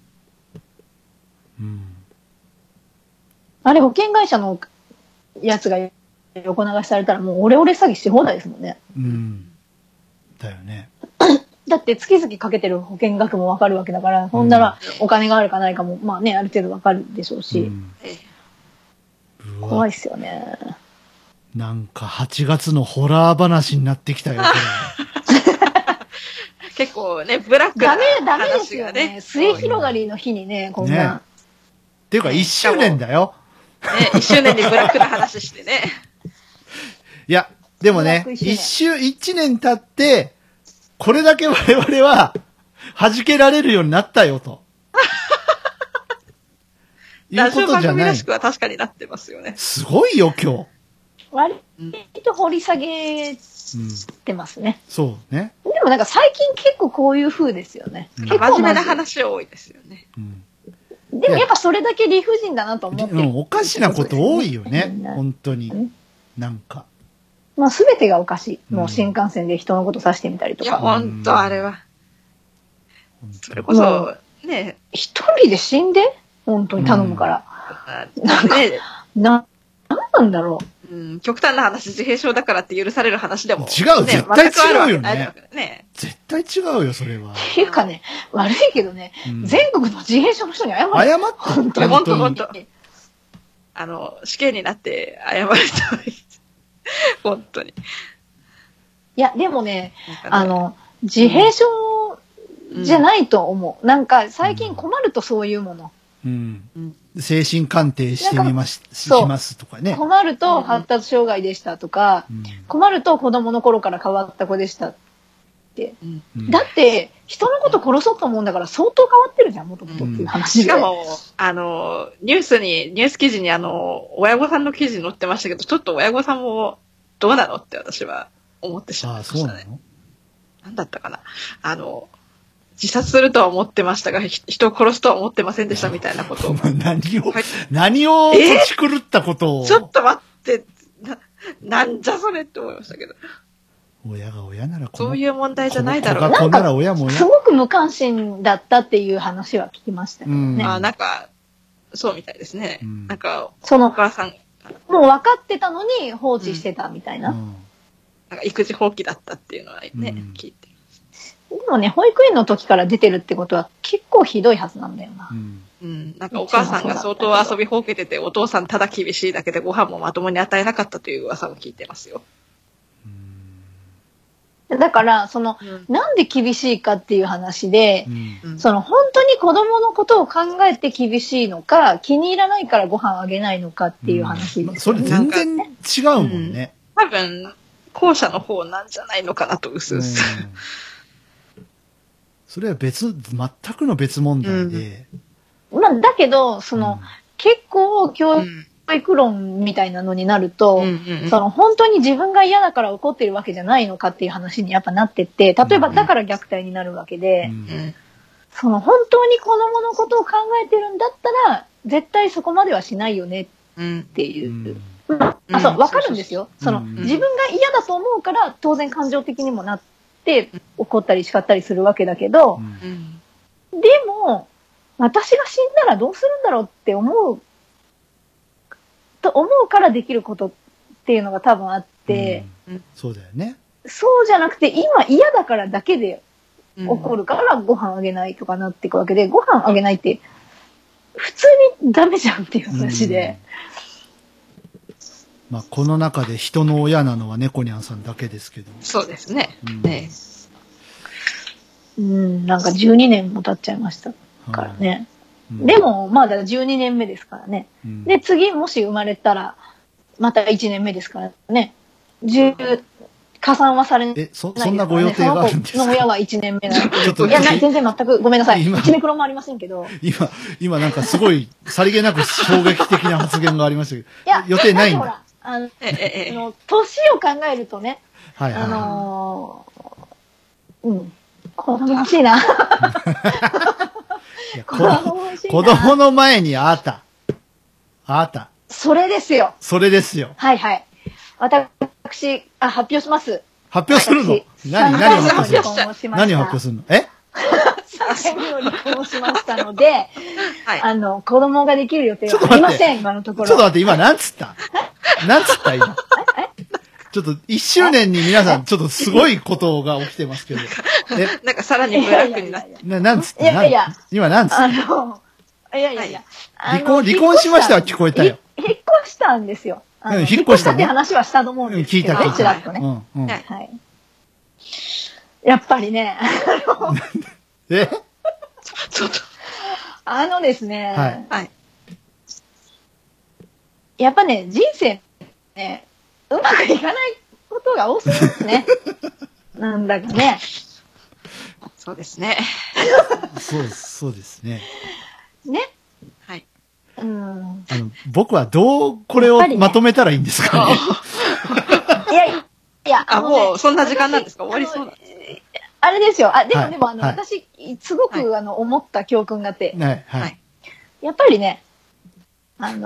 あれ、保険会社のやつが横流しされたらもうオレオレ詐欺し放題ですもんね。 だよね。 だって月々かけてる保険額もわかるわけだから、ほんならお金があるかないかも、まあね、ある程度わかるでしょうし。怖いっすよね。 なんか8月のホラー話になってきたよ、これ。結構ね、ブラックなダメですよね。末広がりの日にね、こんな。 っていうか1周年だよ。 ね、1周年にブラックな話してね。 いや、でもね、1年経って、これだけ我々は弾けられるようになったよと。 ラジオ番組らしくは確かになってますよね。 すごいよ、今日。 割と掘り下げてますね。 そうね。 でもなんか最近結構こういう風ですよね。 真面目な話多いですよね。 でもやっぱそれだけ理不尽だなと思って。 おかしなこと多いよね。本当に。なんか。 まあ全てがおかしい。もう新幹線で人のこと指してみたりとか。 いや、本当あれは。それこそ、ね。 一人で死んで本当に頼むから。なんか、なんだろう。極端な話、自閉症だからって許される話でも。 違う、絶対違うよね。絶対違うよ、それは。 っていうかね、悪いけどね、全国の自閉症の人に謝る。 謝って。 本当。死刑になって謝る人本当に。 いや、でもね、自閉症じゃないと思う。なんか、最近困るとそういうもの。 精神鑑定してみます、しますとかね。 困ると発達障害でしたとか、困ると子供の頃から変わった子でしたって。だって、人のこと殺そうと思うんだから相当変わってるじゃん、もともとっていう話で。 しかも、ニュース記事に親御さんの記事載ってましたけど、ちょっと親御さんもどうなのって私は思ってしまいましたね。そうなの？なんだったかな。自殺するとは思ってましたが、人を殺すとは思ってませんでしたみたいなことを。 何を土地狂ったことを。 ちょっと待って、なんじゃそれって思いましたけど。 親が親ならそういう問題じゃないだろう。 なんか、すごく無関心だったっていう話は聞きましたけどね。 なんか、 そうみたいですね。なんか、 そのお母さん、 もう分かってたのに放置してたみたいな。 なんか育児放棄だったっていうのはね、聞いて。 でもね、保育園の時から出てるってことは結構ひどいはずなんだよな。 なんかお母さんが相当遊びほうけてて、お父さんただ厳しいだけでご飯もまともに与えなかったという噂も聞いてますよ。 だから、なんで厳しいかっていう話で、本当に子供のことを考えて厳しいのか、気に入らないからご飯あげないのかっていう話です、 それ全然違うもんね。 多分、後者の方なんじゃないのかなと、うすうす。 それは全くの別問題で。 まあ、だけど、結構教育論みたいなのになると、本当に自分が嫌だから怒ってるわけじゃないのかっていう話にやっぱなってって、例えばだから虐待になるわけで、本当に子供のことを考えてるんだったら、絶対そこまではしないよねっていう。わかるんですよ。自分が嫌だと思うから、当然感情的にもなって、怒ったり叱ったりするわけだけど、でも、私が死んだらどうするんだろうって思うからできることっていうのが多分あって、 そうだよね。 そうじゃなくて、今嫌だからだけで怒るからご飯あげないとかなっていくわけで、ご飯あげないって普通にダメじゃんっていう話で。 まあ、この中で人の親なのは猫ニャンさんだけですけど。 そうですね。 なんか12年も経っちゃいましたからね。でも、まだ12年目ですからね。で、次、もし生まれたら、また1年目ですからね。加算はされないですからね。 そんなご予定があるんですか？ その親は1年目なんですけど。いや、全然全くごめんなさい。1ネクロもありませんけど。 今なんかすごい、さりげなく衝撃的な発言がありましたけど。 いや、 予定ないんだ。 ほら、年を考えるとね、子供欲しいな。 子供の前にあった。 それですよ。 それですよ。 はいはい。私、発表します。 発表するの？何を発表するの？何を発表するの？3 回目の離婚をしましたので、子供ができる予定はありません、今のところ。 ちょっと待って、今何つった今。ちょっと1周年に皆さん、ちょっとすごいことが起きてますけど。 なんかさらにブラックになって。 なんつった今何つったいや。 離婚しましたは聞こえたよ。 引っ越したんですよ。 引っ越したって話はしたと思うんですけど、 聞いた。 ちらっとね。はい。やっぱりね、 ちょっと。 ですね、やっぱね、人生ね、うまくいかないことが多すぎですね。なんだかね。 そうですね。 そうですね。 ね。 はい。 僕はどうこれをまとめたらいいんですかね。 いや、 もうそんな時間なんですか？終わりそうなんです。 あれですよ。でも私、すごく思った教訓があって、やっぱりね、本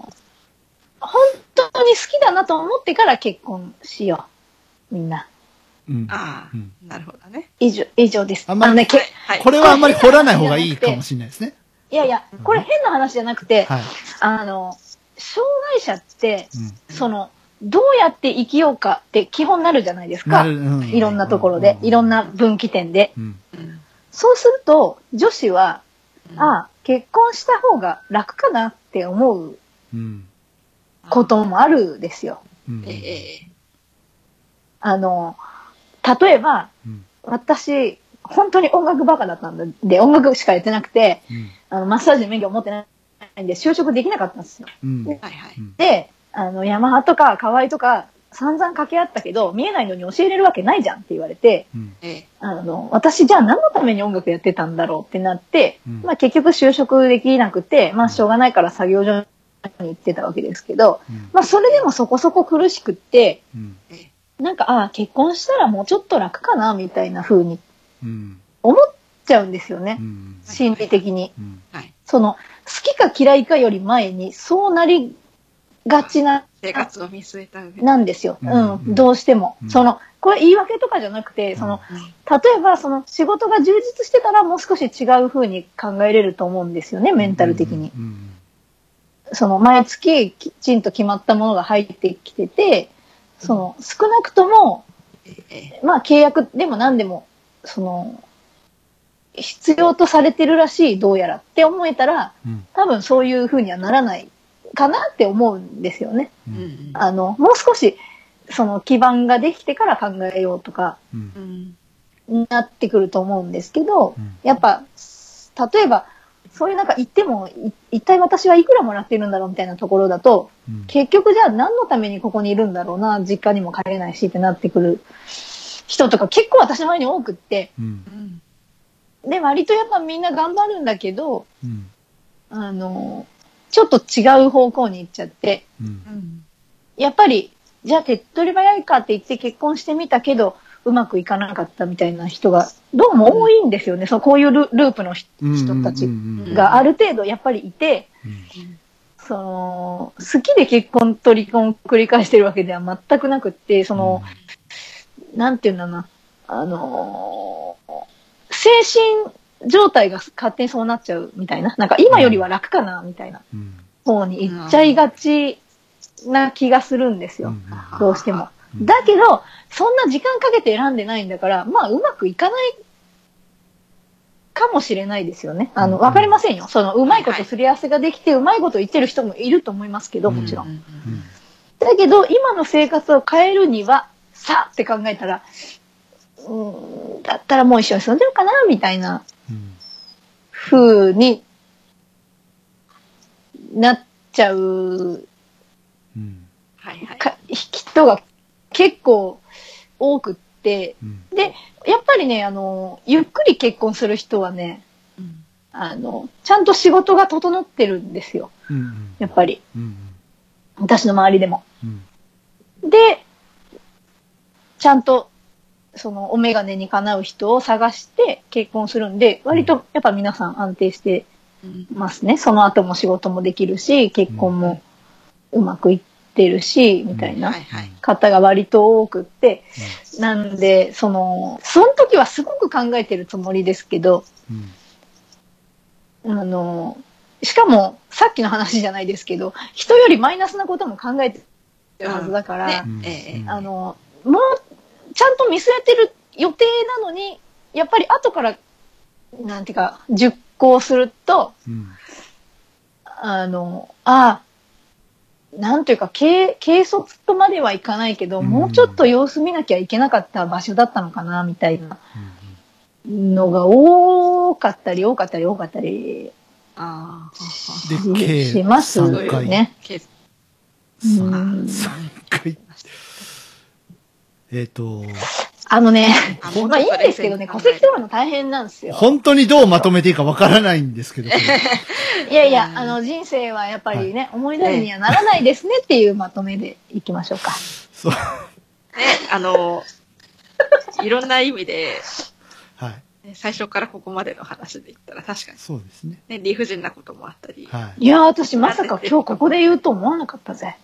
当に好きだなと思ってから結婚しよう。みんな。 ああ、なるほどね。 以上です。 これはあんまり掘らない方がいいかもしれないですね。 いや、これ変な話じゃなくて、障害者って、どうやって生きようかって基本になるじゃないですか。いろんなところで、いろんな分岐点で。そうすると、女子は、結婚した方が楽かなって思うこともあるですよ。例えば、私、本当に音楽バカだったんで、音楽しかやってなくて、マッサージの免許を持ってないんで、就職できなかったんですよ。で、ヤマハとか河合とか散々掛け合ったけど、見えないのに教えれるわけないじゃんって言われて、私じゃあ何のために音楽やってたんだろうってなって、結局就職できなくて、しょうがないから作業所に行ってたわけですけど、それでもそこそこ苦しくって、なんか、結婚したらもうちょっと楽かなみたいな風に思っちゃうんですよね。心理的に。好きか嫌いかより前にそうなりがちな生活を見据えた上なんですよ。どうしても。これ言い訳とかじゃなくて、例えば仕事が充実してたらもう少し違う風に考えれると思うんですよね、メンタル的に。 その毎月きちんと決まったものが入ってきてて、その少なくとも、まあ契約でも何でも、その、必要とされてるらしい、どうやらって思えたら、多分そういう風にはならないかなって思うんですよね。もう少し、その基盤ができてから考えようとか、なってくると思うんですけど、やっぱ、例えば、そういうなんか言っても、一体私はいくらもらってるんだろうみたいなところだと、結局じゃあ何のためにここにいるんだろうな、実家にも帰れないしってなってくる人とか結構私の前に多くって、で、割とやっぱみんな頑張るんだけど、ちょっと違う方向に行っちゃって、やっぱり、じゃあ手っ取り早いかって言って結婚してみたけど、うまくいかなかったみたいな人がどうも多いんですよね。こういうループの人たちがある程度やっぱりいて、好きで結婚と離婚を繰り返してるわけでは全くなくって、なんていうんだな、精神状態が勝手にそうなっちゃうみたいな、なんか今よりは楽かなみたいな方に行っちゃいがちな気がするんですよ。どうしても。だけど、そんな時間かけて選んでないんだから、まあ、うまくいかないかもしれないですよね。わかりませんよ。うまいことすり合わせができて、うまいこと言ってる人もいると思いますけど、もちろん。だけど、今の生活を変えるには、さって考えたら、だったらもう一緒に住んでるかな、みたいな、風になっちゃう、人が結構多くって、で、やっぱりね、ゆっくり結婚する人はね、ちゃんと仕事が整ってるんですよ。やっぱり。私の周りでも。で、ちゃんと、お眼鏡にかなう人を探して結婚するんで、割とやっぱ皆さん安定してますね。その後も仕事もできるし、結婚もうまくいってるし、みたいな方が割と多くって、なんで、その時はすごく考えてるつもりですけど、しかも、さっきの話じゃないですけど、人よりマイナスなことも考えてるはずだから、もう、ちゃんと見据えてる予定なのに、やっぱり後から、なんていうか、熟考すると、なんていうか、軽率とまではいかないけど、もうちょっと様子見なきゃいけなかった場所だったのかな、みたいなのが多かったりしますよね。 3回。 まあいいんですけどね、戸籍取るの大変なんですよ。 本当にどうまとめていいかわからないんですけど。 いやいや、人生はやっぱりね、思い通りにはならないですねっていうまとめでいきましょうか。 そう。 いろんな意味で、 はい。 最初からここまでの話で言ったら確かに。 そうですね。 理不尽なこともあったり。 いや、私まさか今日ここで言うと思わなかったぜ。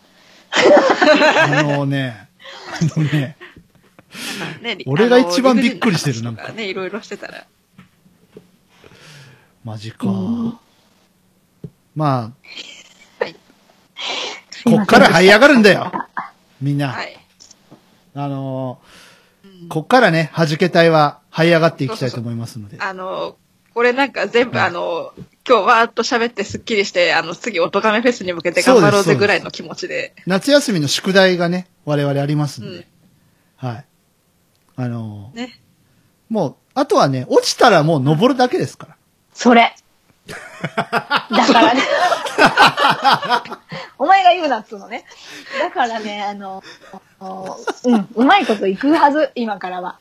俺が一番びっくりしてる、なんか。 いろいろしてたら。 マジか。まあ、こっから這い上がるんだよ。みんな。こっからね、弾け隊は這い上がっていきたいと思いますので。 これなんか全部今日わーっと喋ってスッキリして、次おとがめフェスに向けて頑張ろうぜぐらいの気持ちで。 夏休みの宿題がね、我々ありますんで。はい。もう、あとはね、落ちたらもう登るだけですから。 それ。だからね。お前が言うなっつうのね。だからね、うまいこといくはず、今からは。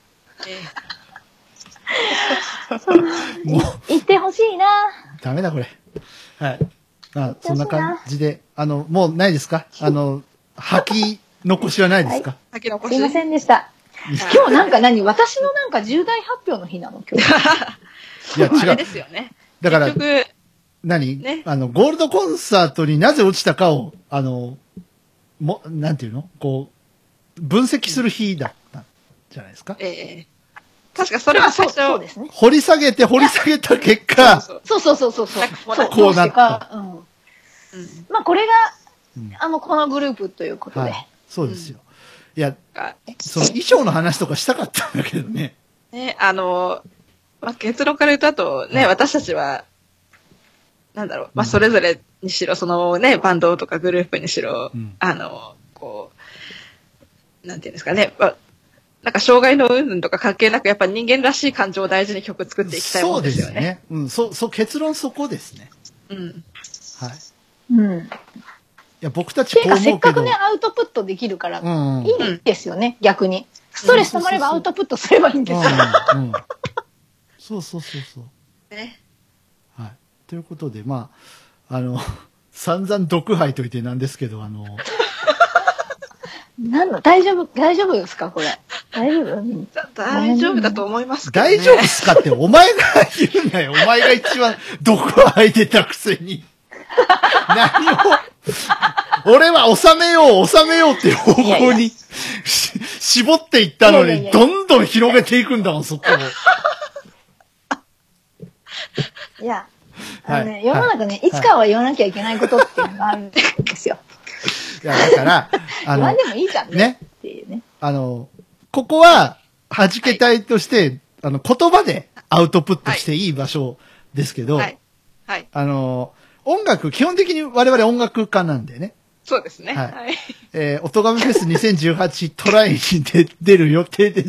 もう。言ってほしいな。 ダメだ、これ。はい。そんな感じで、もうないですか？吐き残しはないですか？ 吐き残し。 すいませんでした。今日なんか私のなんか重大発表の日なの今日。 いや、違う。 あれですよね。 だから、ゴールドコンサートになぜ落ちたかを、なんていうの？分析する日だったんじゃないですか。 確かそれは最初、 そうですね。 掘り下げた結果、 そう。 こうなった。 まあこれが、 うんこのグループということで。 はい。そうですよ。いや、 あその衣装の話とかしたかったんだけどね。 ね、まあ、結論から言うと、あとね、私たちは、なんだろう、まあ、それぞれにしろ、そのね、バンドとかグループにしろ、こう、なんていうんですかね、まあ、なんか障害の云々とか関係なく、やっぱ人間らしい感情を大事に曲作っていきたいもんですよね。 そうですね。うん、結論そこですね。 うん。 はい。 うん。 いや、僕たちてこう思うけど。 かせっかくね、アウトプットできるから、 うんうん、 いいですよね、逆に。ストレス溜まればアウトプットすればいいんですよ。 うんうん、そうそう。 ね。 はい。ということで、まあ、散々毒吐いといてなんですけど、 大丈夫ですかこれ。大丈夫大丈夫だと思いますけど、ね。 大丈夫っすかって、お前が言うなよ。お前が一番毒吐いてたくせに。何を、俺は収めようっていう方向に絞っていったのに、どんどん広げていくんだもん、そこを。 いや、世の中ね、いつかは言わなきゃいけないことっていうのがあるんですよ。 いや、だから、 言わんでもいいじゃんね。っていうね。 ここは、弾け隊として、言葉でアウトプットしていい場所ですけど、はい。 はい。 音楽、基本的に我々音楽家なんでね。 そうですね。 はい。おとがめフェス2018トライに出る予定です。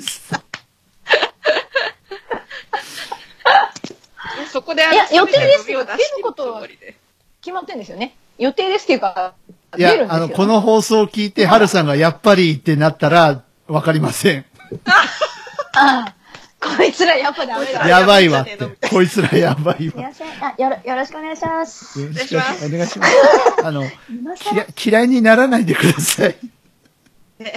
そこでいや、予定ですけど、出ることは決まってんですよね。予定ですっていうか、 いや、この放送を聞いて、ハルさんがやっぱりってなったら、わかりません。 ああ、こいつらやっぱダメだ。 やばいわって。こいつらやばいわ。 よろしくお願いします。 よろしくお願いします。嫌いにならないでください。ね。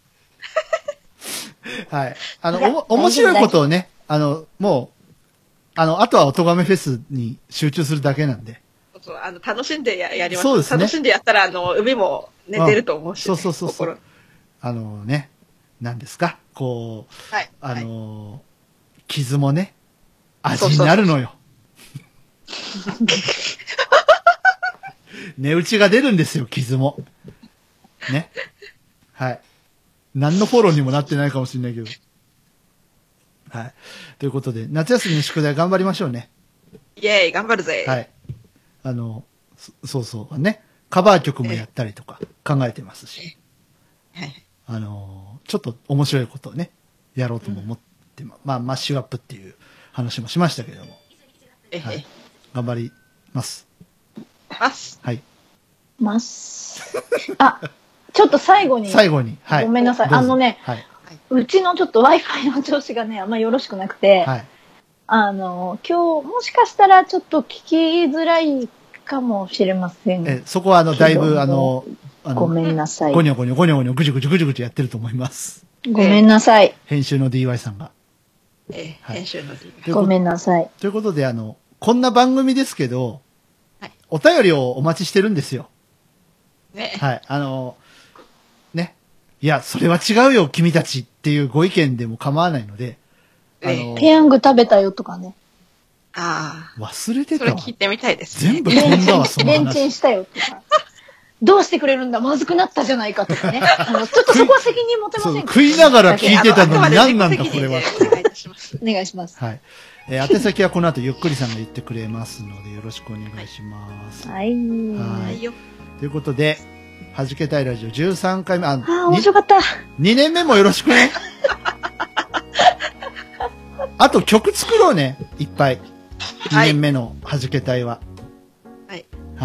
はい。面白いことをね、もう、あとはおとがめフェスに集中するだけなんで。 そう、楽しんでやります。 そうですね。 楽しんでやったら、海もね、出ると思うし、ね。 そう。ね、何ですかこう、 はい。 傷もね、味になるのよ。値打ちが出るんですよ、傷も。ね。はい。何のフォローにもなってないかもしれないけど。はい。ということで、夏休みの宿題頑張りましょうね。 イェーイ、頑張るぜ。 はい。そうね。カバー曲もやったりとか考えてますし。 はい。 ちょっと面白いことをね、やろうとも思ってまあ、マッシュアップっていう話もしましたけれども。はい。頑張ります。はい。 あ、ちょっと最後に。 はい。 ごめんなさい。 はい。 うちのちょっと Wi-Fi の調子がね、あんまよろしくなくて、 はい。 今日もしかしたらちょっと聞きづらいかもしれません。 そこはだいぶごめんなさい。 ゴニョゴニョぐじゅぐじゅやってると思います。 ごめんなさい。 編集の DY さんが。 編集の DY。 ごめんなさい。 ということで、こんな番組ですけど、 はい、 お便りをお待ちしてるんですよ。 ね。 はい。ね。いや、それは違うよ、君たちっていうご意見でも構わないので、 ペヤング食べたよとかね。 ああ。 忘れてたわ。 それ聞いてみたいですね。 全部飛んだわ、その話。 レンチンしたよとか。どうしてくれるんだまずくなったじゃないかとかね。ちょっとそこは責任持てませんか？ 食いながら聞いてたのに何なんだこれは。 お願いします。 はい。宛先はこの後ゆっくりさんが言ってくれますのでよろしくお願いします。 はい。 ということで、はじけたいラジオ13回目。 面白かった。 2年目もよろしくね。あと曲作ろうね。いっぱい。2年目のはじけたいは。 はい。 はい。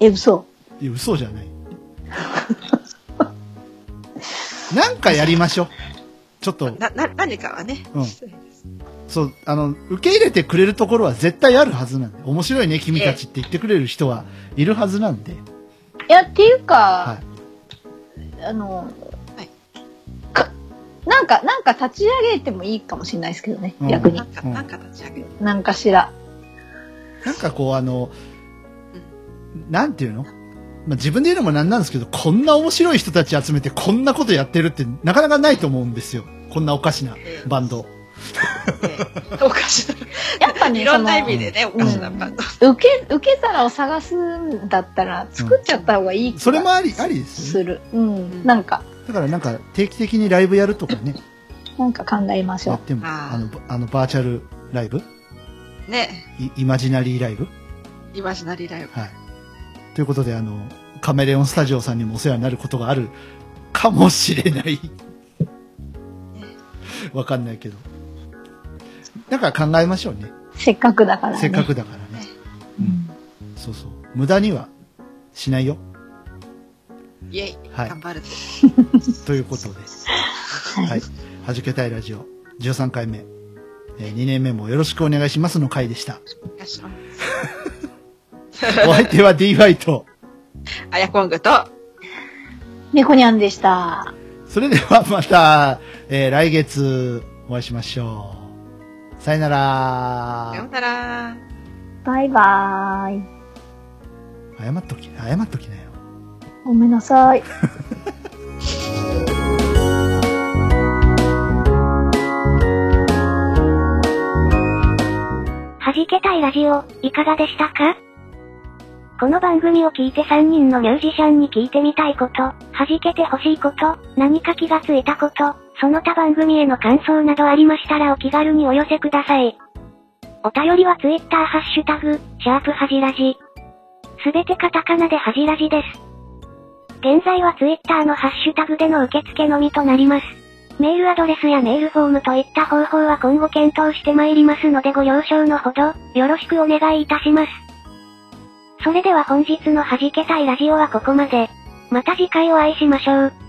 嘘。 いや、嘘じゃない。なんかやりましょう。ちょっと。 何かはね。 うん。そう、受け入れてくれるところは絶対あるはずなんで。面白いね、君たちって言ってくれる人はいるはずなんで。 いや、っていうか、 はい、 なんか立ち上げてもいいかもしれないですけどね、逆に。 なんか立ち上げる。 なんかしら。 なんかこうなんていうの？まあ、自分で言うのもなんなんですけど、こんな面白い人たち集めてこんなことやってるってなかなかないと思うんですよ。こんなおかしなバンド。 おかしな。 やっぱね、 いろんな意味でね、おかしなバンド。 受け皿を探すんだったら、作っちゃった方がいい気がそれもありですよね。 する。うん。なんか定期的にライブやるとかね。 なんか考えましょう。 やっても、 あバーチャルライブね。 イマジナリーライブイマジナリーライブ。 はい。ということで、カメレオンスタジオさんにもお世話になることがあるかもしれない。わかんないけど。だから考えましょうね。 せっかくだからね。 せっかくだからね。うん。そうそう。無駄にはしないよ。 イェイ。 はい。 頑張るということで。はい。はじけたいラジオ13回目。2年目もよろしくお願いしますの回でした。 お願いします。 お相手は DY と、 あやこんぐと、 猫にゃんでした。 それではまた、来月お会いしましょう。さよなら。 さようなら。 バイバーイ。 謝っときなよ。 ごめんなさい。 はじけたいラジオ、いかがでしたか？この番組を聞いて3人のミュージシャンに聞いてみたいこと、弾けてほしいこと、何か気がついたこと、その他番組への感想などありましたらお気軽にお寄せください。お便りは Twitter ハッシュタグ、はじらじ。すべてカタカナではじらじです。現在は Twitter のハッシュタグでの受付のみとなります。メールアドレスやメールフォームといった方法は今後検討してまいりますのでご了承のほど、よろしくお願いいたします。それでは本日のはじけたいラジオはここまで。また次回お会いしましょう。